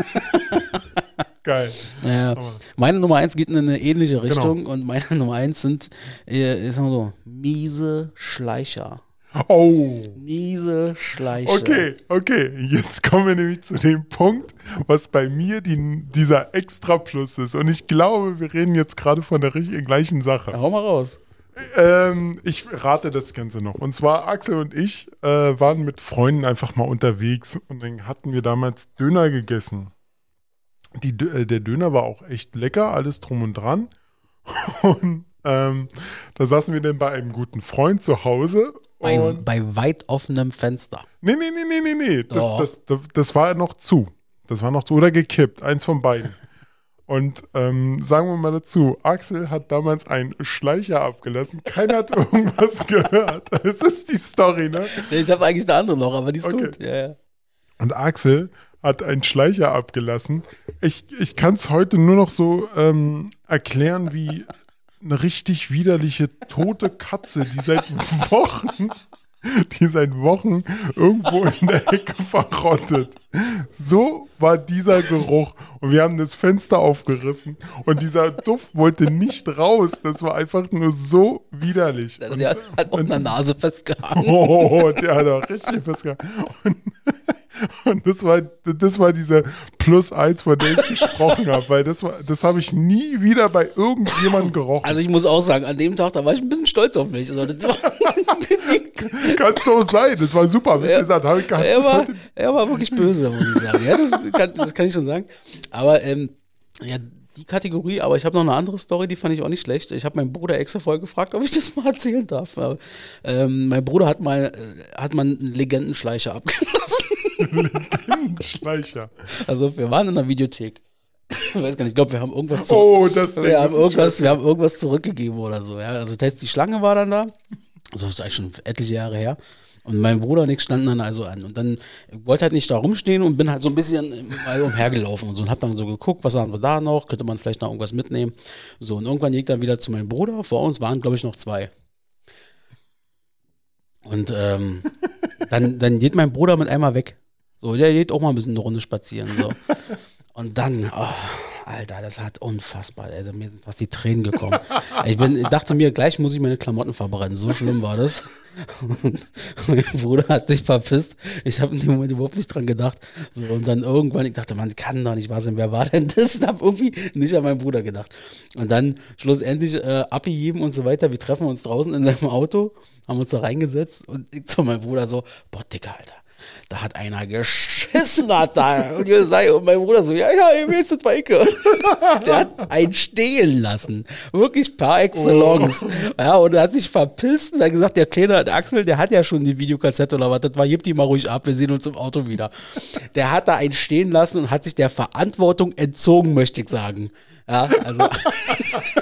Geil. Ja. Meine Nummer 1 geht in eine ähnliche Richtung und meine Nummer 1 sind, ich sag mal so, miese Schleicher. Oh. Miese Schleicher. Okay. Jetzt kommen wir nämlich zu dem Punkt, was bei mir dieser Extra-Plus ist. Und ich glaube, wir reden jetzt gerade von der gleichen Sache. Ja, hau mal raus. Ich rate das Ganze noch. Und zwar Axel und ich waren mit Freunden einfach mal unterwegs und dann hatten wir damals Döner gegessen. Der Döner war auch echt lecker, alles drum und dran. Und da saßen wir dann bei einem guten Freund zu Hause. Bei weit offenem Fenster. Nee. Das war noch zu. Oder gekippt, eins von beiden. Und sagen wir mal dazu, Axel hat damals einen Schleicher abgelassen. Keiner hat irgendwas gehört. Das ist die Story, ne? Ich habe eigentlich eine andere noch, aber die ist gut. Ja. Und Axel hat einen Schleicher abgelassen. Ich kann es heute nur noch so erklären wie eine richtig widerliche tote Katze, die seit Wochen irgendwo in der Ecke verrottet. So war dieser Geruch. Und wir haben das Fenster aufgerissen und dieser Duft wollte nicht raus. Das war einfach nur so widerlich. Der hat auch in der Nase festgehangen. Oh, der hat auch richtig festgehangen. Und das war diese +1, von der ich gesprochen habe, weil das habe ich nie wieder bei irgendjemandem gerochen. Also ich muss auch sagen, an dem Tag, da war ich ein bisschen stolz auf mich. Also kann so sein, das war super. Er war wirklich böse, muss ich sagen. Ja, das kann ich schon sagen. Aber die Kategorie, aber ich habe noch eine andere Story, die fand ich auch nicht schlecht. Ich habe meinen Bruder extra vorher gefragt, ob ich das mal erzählen darf. Aber, mein Bruder hat mal einen Legendenschleicher abgelassen. Legendenschleicher. Also wir waren in einer Videothek. Ich weiß gar nicht, ich glaube, wir haben irgendwas wir haben irgendwas zurückgegeben oder so. Ja. Also die Schlange war dann da. So ist eigentlich schon etliche Jahre her. Und mein Bruder und ich standen dann also an. Und dann wollte halt nicht da rumstehen und bin halt so ein bisschen mal umhergelaufen und so. Und hab dann so geguckt, was haben wir da noch? Könnte man vielleicht noch irgendwas mitnehmen? So, und irgendwann ging dann wieder zu meinem Bruder. Vor uns waren, glaube ich, noch 2. Und dann geht mein Bruder mit einmal weg. So, der geht auch mal ein bisschen eine Runde spazieren. So. Und dann, Alter, das hat unfassbar. Also mir sind fast die Tränen gekommen. Ich dachte mir, gleich muss ich meine Klamotten verbrennen. So schlimm war das. Und mein Bruder hat sich verpisst. Ich habe in dem Moment überhaupt nicht dran gedacht. So, und dann irgendwann, ich dachte, man kann doch nicht wahr sein. Wer war denn das? Ich habe irgendwie nicht an meinen Bruder gedacht. Und dann schlussendlich abgegeben und so weiter. Wir treffen uns draußen in seinem Auto, haben uns da reingesetzt und ich zu meinem Bruder so, boah, Dicker, Alter. Da hat einer geschissen, und mein Bruder so, ja, ihr wisst es, Weike. Der hat einen stehen lassen. Wirklich par excellence. Oh. Ja, und er hat sich verpisst und hat gesagt, der kleine Axel, der hat ja schon die Videokassette oder was, das war, gib die mal ruhig ab, wir sehen uns im Auto wieder. Der hat da einen stehen lassen und hat sich der Verantwortung entzogen, möchte ich sagen. Ja, also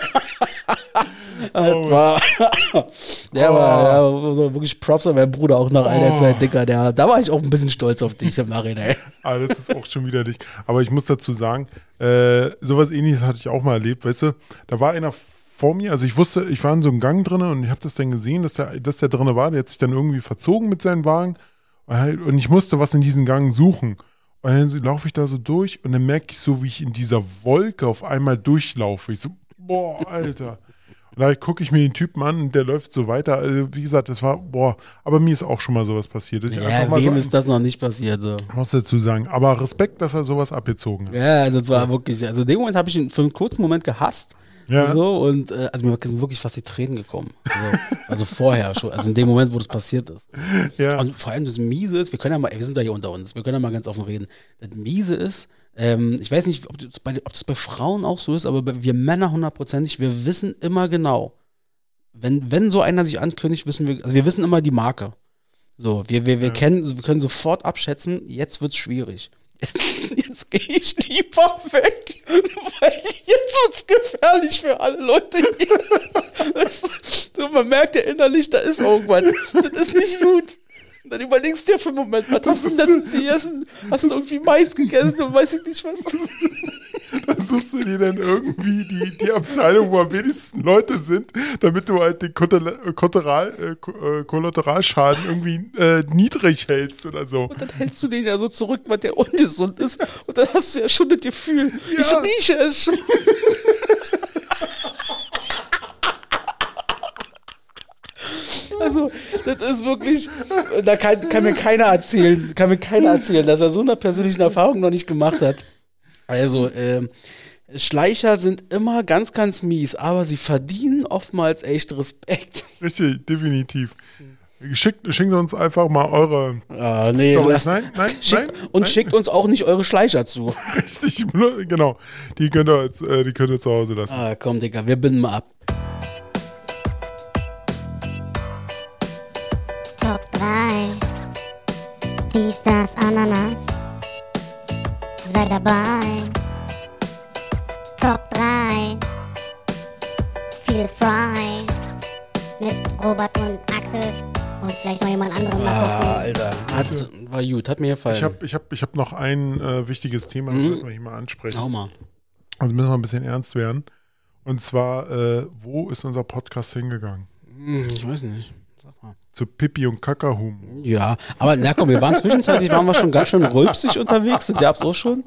Das war, der war so wirklich Props an meinen Bruder, auch nach all der Zeit, Dicker. Da war ich auch ein bisschen stolz auf dich im Nachhinein. Ah, das ist auch schon wieder nicht. Aber ich muss dazu sagen, sowas Ähnliches hatte ich auch mal erlebt, weißt du, da war einer vor mir, also ich wusste, ich war in so einem Gang drin und ich habe das dann gesehen, dass der drin war, der hat sich dann irgendwie verzogen mit seinem Wagen und ich musste was in diesem Gang suchen. Und dann laufe ich da so durch und dann merke ich so, wie ich in dieser Wolke auf einmal durchlaufe. Ich so, boah, Alter. Und da gucke ich mir den Typen an und der läuft so weiter. Also, wie gesagt, das war, boah, aber mir ist auch schon mal sowas passiert. Dass ich einfach mal wem ist das noch nicht passiert? So. Ich muss dazu sagen, aber Respekt, dass er sowas abgezogen hat. Ja, das war wirklich, also in dem Moment habe ich ihn für einen kurzen Moment gehasst. Ja. So, und also mir sind wirklich fast die Tränen gekommen. Also vorher schon, also in dem Moment, wo das passiert ist. Ja. Und vor allem das Miese ist, wir sind da hier unter uns, wir können ja mal ganz offen reden. Das Miese ist, ich weiß nicht, ob das bei Frauen auch so ist, aber wir Männer hundertprozentig, wir wissen immer genau, wenn so einer sich ankündigt, wir wissen immer die Marke. So, wir können sofort abschätzen, jetzt wird's schwierig. Jetzt gehe ich lieber weg, weil jetzt wird's gefährlich für alle Leute hier. So, man merkt ja innerlich, da ist irgendwas. Das ist nicht gut. Und dann überlegst du dir für einen Moment, was hast du denn gegessen? Hast du irgendwie Mais gegessen und weiß ich nicht was? Dann suchst du dir dann irgendwie die Abteilung, wo am wenigsten Leute sind, damit du halt den Kollateralschaden irgendwie niedrig hältst oder so. Und dann hältst du den ja so zurück, weil der ungesund ist. Und dann hast du ja schon das Gefühl, ich rieche es schon. Also, das ist wirklich, da kann mir keiner erzählen, dass er so eine persönliche Erfahrung noch nicht gemacht hat. Also, Schleicher sind immer ganz, ganz mies, aber sie verdienen oftmals echt Respekt. Richtig, definitiv. Schickt uns einfach mal eure Storys. Nein. Schickt uns auch nicht eure Schleicher zu. Richtig, genau. Die könnt ihr zu Hause lassen. Ah, komm, Digga, wir binden mal ab. Top 3. Dies, das, Ananas. Sei dabei. Top 3. Feel Fry. Mit Robert und Axel. Und vielleicht noch jemand anderen mal gucken. Alter. War gut, hat mir gefallen. Ich hab noch ein wichtiges Thema, das sollten wir hier mal ansprechen. Hau mal. Also müssen wir ein bisschen ernst werden. Und zwar, wo ist unser Podcast hingegangen? Ich weiß nicht. Sag mal. Zu Pipi und Kakahum. Ja, aber na komm, zwischenzeitlich waren wir schon ganz schön rülpsig unterwegs, das gab's auch schon.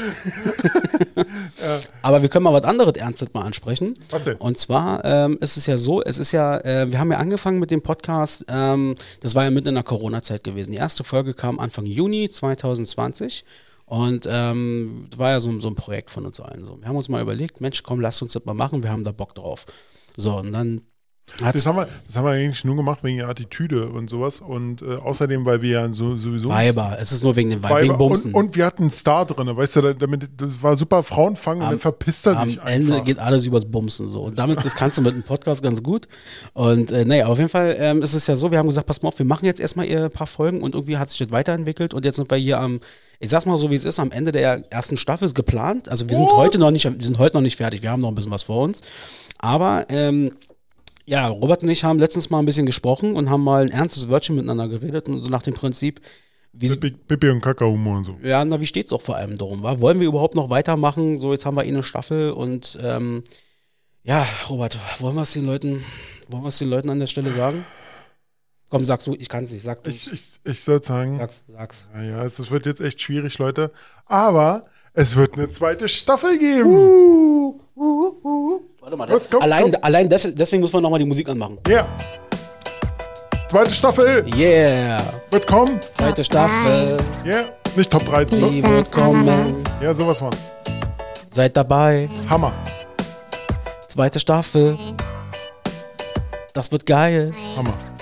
Ja. Aber wir können mal was anderes Ernstes mal ansprechen. Was denn? Und zwar ist es ja so, wir haben ja angefangen mit dem Podcast, das war ja mitten in der Corona-Zeit gewesen. Die erste Folge kam Anfang Juni 2020 und war ja so ein Projekt von uns allen. So. Wir haben uns mal überlegt, Mensch, komm, lass uns das mal machen, wir haben da Bock drauf. So, und dann das haben wir eigentlich nur gemacht wegen der Attitüde und sowas und außerdem, weil wir ja sowieso Weiber, es ist nur wegen dem wegen Bumsen. Und wir hatten einen Star drin, weißt du, das war super Frauenfang und dann verpisst er sich einfach. Am Ende geht alles übers Bumsen so und das kannst du mit dem Podcast ganz gut und naja, auf jeden Fall ist es ja so, wir haben gesagt, pass mal auf, wir machen jetzt erstmal ein paar Folgen und irgendwie hat sich das weiterentwickelt und jetzt sind wir hier ich sag's mal so, wie es ist, am Ende der ersten Staffel ist geplant, also wir sind heute noch nicht fertig, wir haben noch ein bisschen was vor uns, aber ja, Robert und ich haben letztens mal ein bisschen gesprochen und haben mal ein ernstes Wörtchen miteinander geredet und so nach dem Prinzip, Pipi und Kakao-Humor und so. Ja, wie steht's auch vor allem darum, wa? Wollen wir überhaupt noch weitermachen? So, jetzt haben wir eine Staffel und ja, Robert, wollen wir es den Leuten an der Stelle sagen? Komm, sagst du, ich kann es nicht, sag du. Ich soll sagen. Sag's. Ja, es wird jetzt echt schwierig, Leute, aber es wird eine zweite Staffel geben. Warte mal, allein deswegen müssen wir nochmal die Musik anmachen. Ja. Yeah. Zweite Staffel. Yeah. Wird kommen. Zweite Staffel. Yeah. Nicht Top 3. Die wird kommen. Ja, sowas von. Seid dabei. Hammer. Zweite Staffel. Das wird geil. Hammer.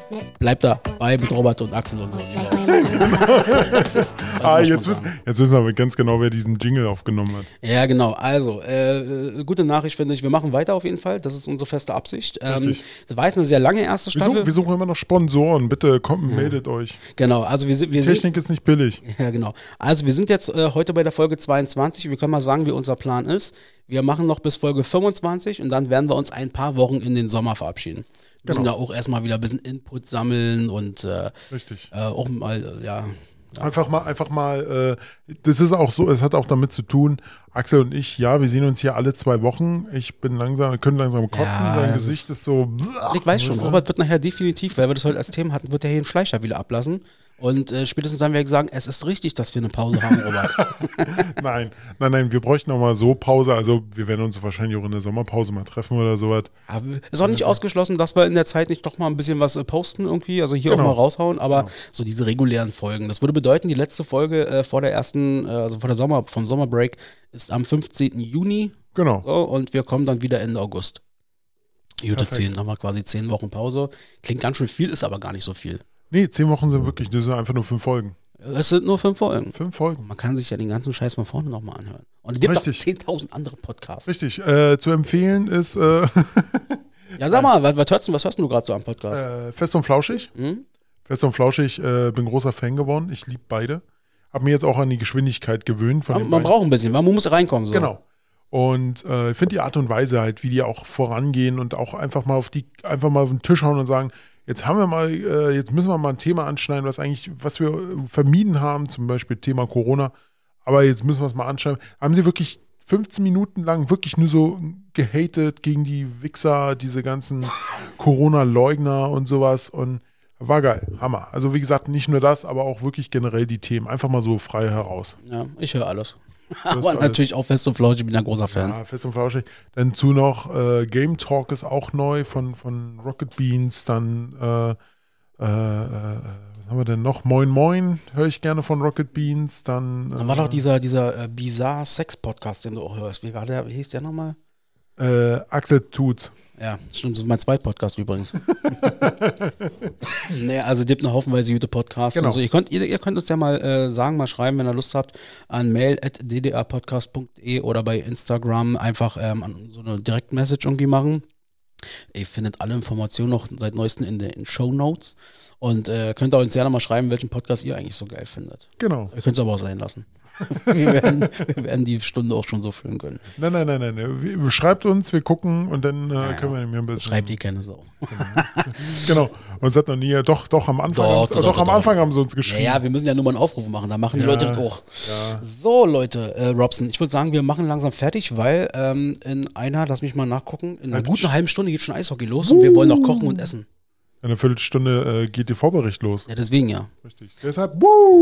Bleibt dabei mit Robert und Axel und so. Vielleicht noch jemand anderes. Jetzt wissen wir aber ganz genau, wer diesen Jingle aufgenommen hat. Ja, genau. Also, gute Nachricht finde ich. Wir machen weiter auf jeden Fall. Das ist unsere feste Absicht. Richtig. Das war jetzt eine sehr lange erste Staffel. Wir suchen immer noch Sponsoren. Bitte kommt, meldet euch. Genau. Also wir Technik ist nicht billig. Ja, genau. Also wir sind jetzt heute bei der Folge 22. Wir können mal sagen, wie unser Plan ist. Wir machen noch bis Folge 25 und dann werden wir uns ein paar Wochen in den Sommer verabschieden. Wir müssen da auch erstmal wieder ein bisschen Input sammeln und Richtig. auch mal, ja. Einfach mal, das ist auch so, es hat auch damit zu tun, Axel und ich, ja, wir sehen uns hier alle 2 Wochen. Ich bin langsam, können langsam kotzen, Ja, sein das Gesicht ist so. Ich weiß schon, Robert wird nachher definitiv, weil wir das heute als Thema hatten, wird er hier den Schleicher wieder ablassen. Und spätestens dann werden wir sagen, es ist richtig, dass wir eine Pause haben, Robert. Nein, wir bräuchten auch mal so Pause. Also wir werden uns wahrscheinlich auch in der Sommerpause mal treffen oder sowas. Aber ist auch nicht ausgeschlossen, dass wir in der Zeit nicht doch mal ein bisschen was posten irgendwie, also hier auch mal raushauen, aber so diese regulären Folgen. Das würde bedeuten, die letzte Folge vor der ersten, also vom Sommerbreak ist am 15. Juni. Genau. So, und wir kommen dann wieder Ende August. Jute 10, haben wir quasi 10 Wochen Pause. Klingt ganz schön viel, ist aber gar nicht so viel. Nee, 10 Wochen sind wirklich, das sind einfach nur 5 Folgen. Es sind nur 5 Folgen. 5 Folgen. Man kann sich ja den ganzen Scheiß von vorne nochmal anhören. Und es gibt auch 10.000 andere Podcasts. Richtig. Zu empfehlen ist Ja, sag mal, was hörst du gerade so am Podcast? Fest und Flauschig. Fest und Flauschig, bin großer Fan geworden. Ich liebe beide. Hab mir jetzt auch an die Geschwindigkeit gewöhnt. Von den Man beiden. braucht ein bisschen, man muss reinkommen. So. Genau. Und ich finde die Art und Weise halt, wie die auch vorangehen und auch einfach mal auf den Tisch hauen und sagen, jetzt müssen wir mal ein Thema anschneiden, was wir vermieden haben, zum Beispiel Thema Corona, aber jetzt müssen wir es mal anschneiden. Haben sie wirklich 15 Minuten lang wirklich nur so gehatet gegen die Wichser, diese ganzen Corona-Leugner und sowas und war geil, Hammer. Also wie gesagt, nicht nur das, aber auch wirklich generell die Themen, einfach mal so frei heraus. Ja, ich höre alles. Aber natürlich auch Fest und Flauschig, ich bin ein großer Fan. Ja, Fest und Flauschig. Dann zu noch Game Talk ist auch neu von Rocket Beans. Dann, was haben wir denn noch? Moin Moin höre ich gerne von Rocket Beans. Dann war doch dieser Bizarre Sex-Podcast, den du auch hörst. Wie hieß der nochmal? Axel tut's. Ja, stimmt, das ist mein Zweitpodcast übrigens. Nee, also gibt eine haufenweise gute Podcasts. Genau. Also ihr könnt uns ja mal sagen, mal schreiben, wenn ihr Lust habt, an mail@ddapodcast.de oder bei Instagram einfach so eine Direct-Message irgendwie machen. Ihr findet alle Informationen noch seit neuestem in den Shownotes und könnt ihr uns gerne mal schreiben, welchen Podcast ihr eigentlich so geil findet. Genau. Ihr könnt es aber auch sein lassen. wir werden die Stunde auch schon so füllen können. Nein. Schreibt uns, wir gucken und dann können wir mir ein bisschen. Schreibt die keine Sau. Genau. Und es hat noch nie, doch am Anfang. Am Anfang haben sie uns geschrieben. Ja, wir müssen ja nur mal einen Aufruf machen, da machen die Leute das auch. Ja. So, Leute, Robson, ich würde sagen, wir machen langsam fertig, weil lass mich mal nachgucken, in einer guten halben Stunde geht schon Eishockey los und wir wollen noch kochen und essen. In einer Viertelstunde geht der Vorbericht los. Ja, deswegen ja. Richtig. Deshalb,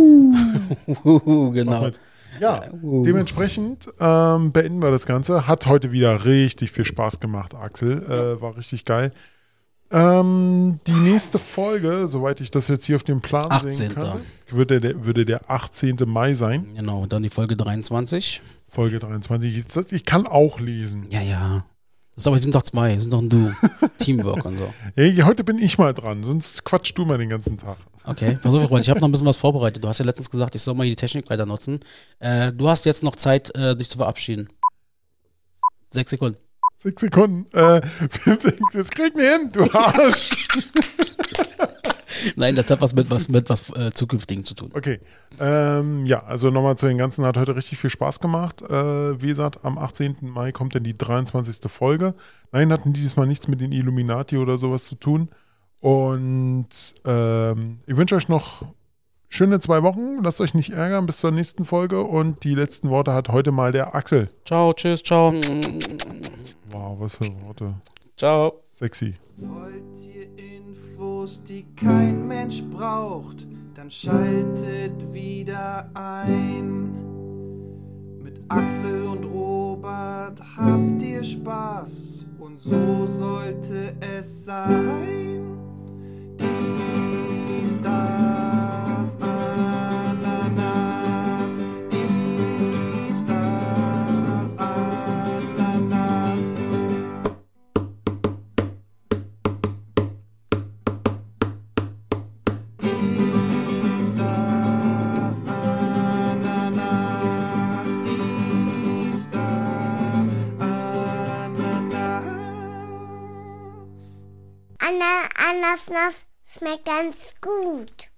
genau. Ja, dementsprechend beenden wir das Ganze. Hat heute wieder richtig viel Spaß gemacht, Axel. War richtig geil. Die nächste Folge, soweit ich das jetzt hier auf dem Plan 18. sehen kann, würde der 18. Mai sein. Genau, und dann die Folge 23. Folge 23. Ich kann auch lesen. Ja. Wir sind doch 2, wir sind doch ein Duo. Teamwork und so. Hey, heute bin ich mal dran, sonst quatschst du mal den ganzen Tag. Okay, pass auf, Freund, ich habe noch ein bisschen was vorbereitet. Du hast ja letztens gesagt, ich soll mal die Technik weiter nutzen. Du hast jetzt noch Zeit, dich zu verabschieden. 6 Sekunden. 6 Sekunden. Das krieg ich nicht hin, du Arsch. Nein, das hat was mit was Zukünftigen zu tun. Okay. Also nochmal zu den ganzen, hat heute richtig viel Spaß gemacht. Wie gesagt, am 18. Mai kommt dann die 23. Folge. Nein, hatten diesmal nichts mit den Illuminati oder sowas zu tun. Und ich wünsche euch noch schöne 2 Wochen. Lasst euch nicht ärgern bis zur nächsten Folge. Und die letzten Worte hat heute mal der Axel. Ciao, tschüss, ciao. Wow, was für Worte. Ciao. Sexy. Wollt ihr Infos, die kein Mensch braucht, dann schaltet wieder ein. Mit Axel und Robert habt ihr Spaß und so sollte es sein. Dies, das, Ananas. Dies, das, Ananas. Ananas schmeckt ganz gut.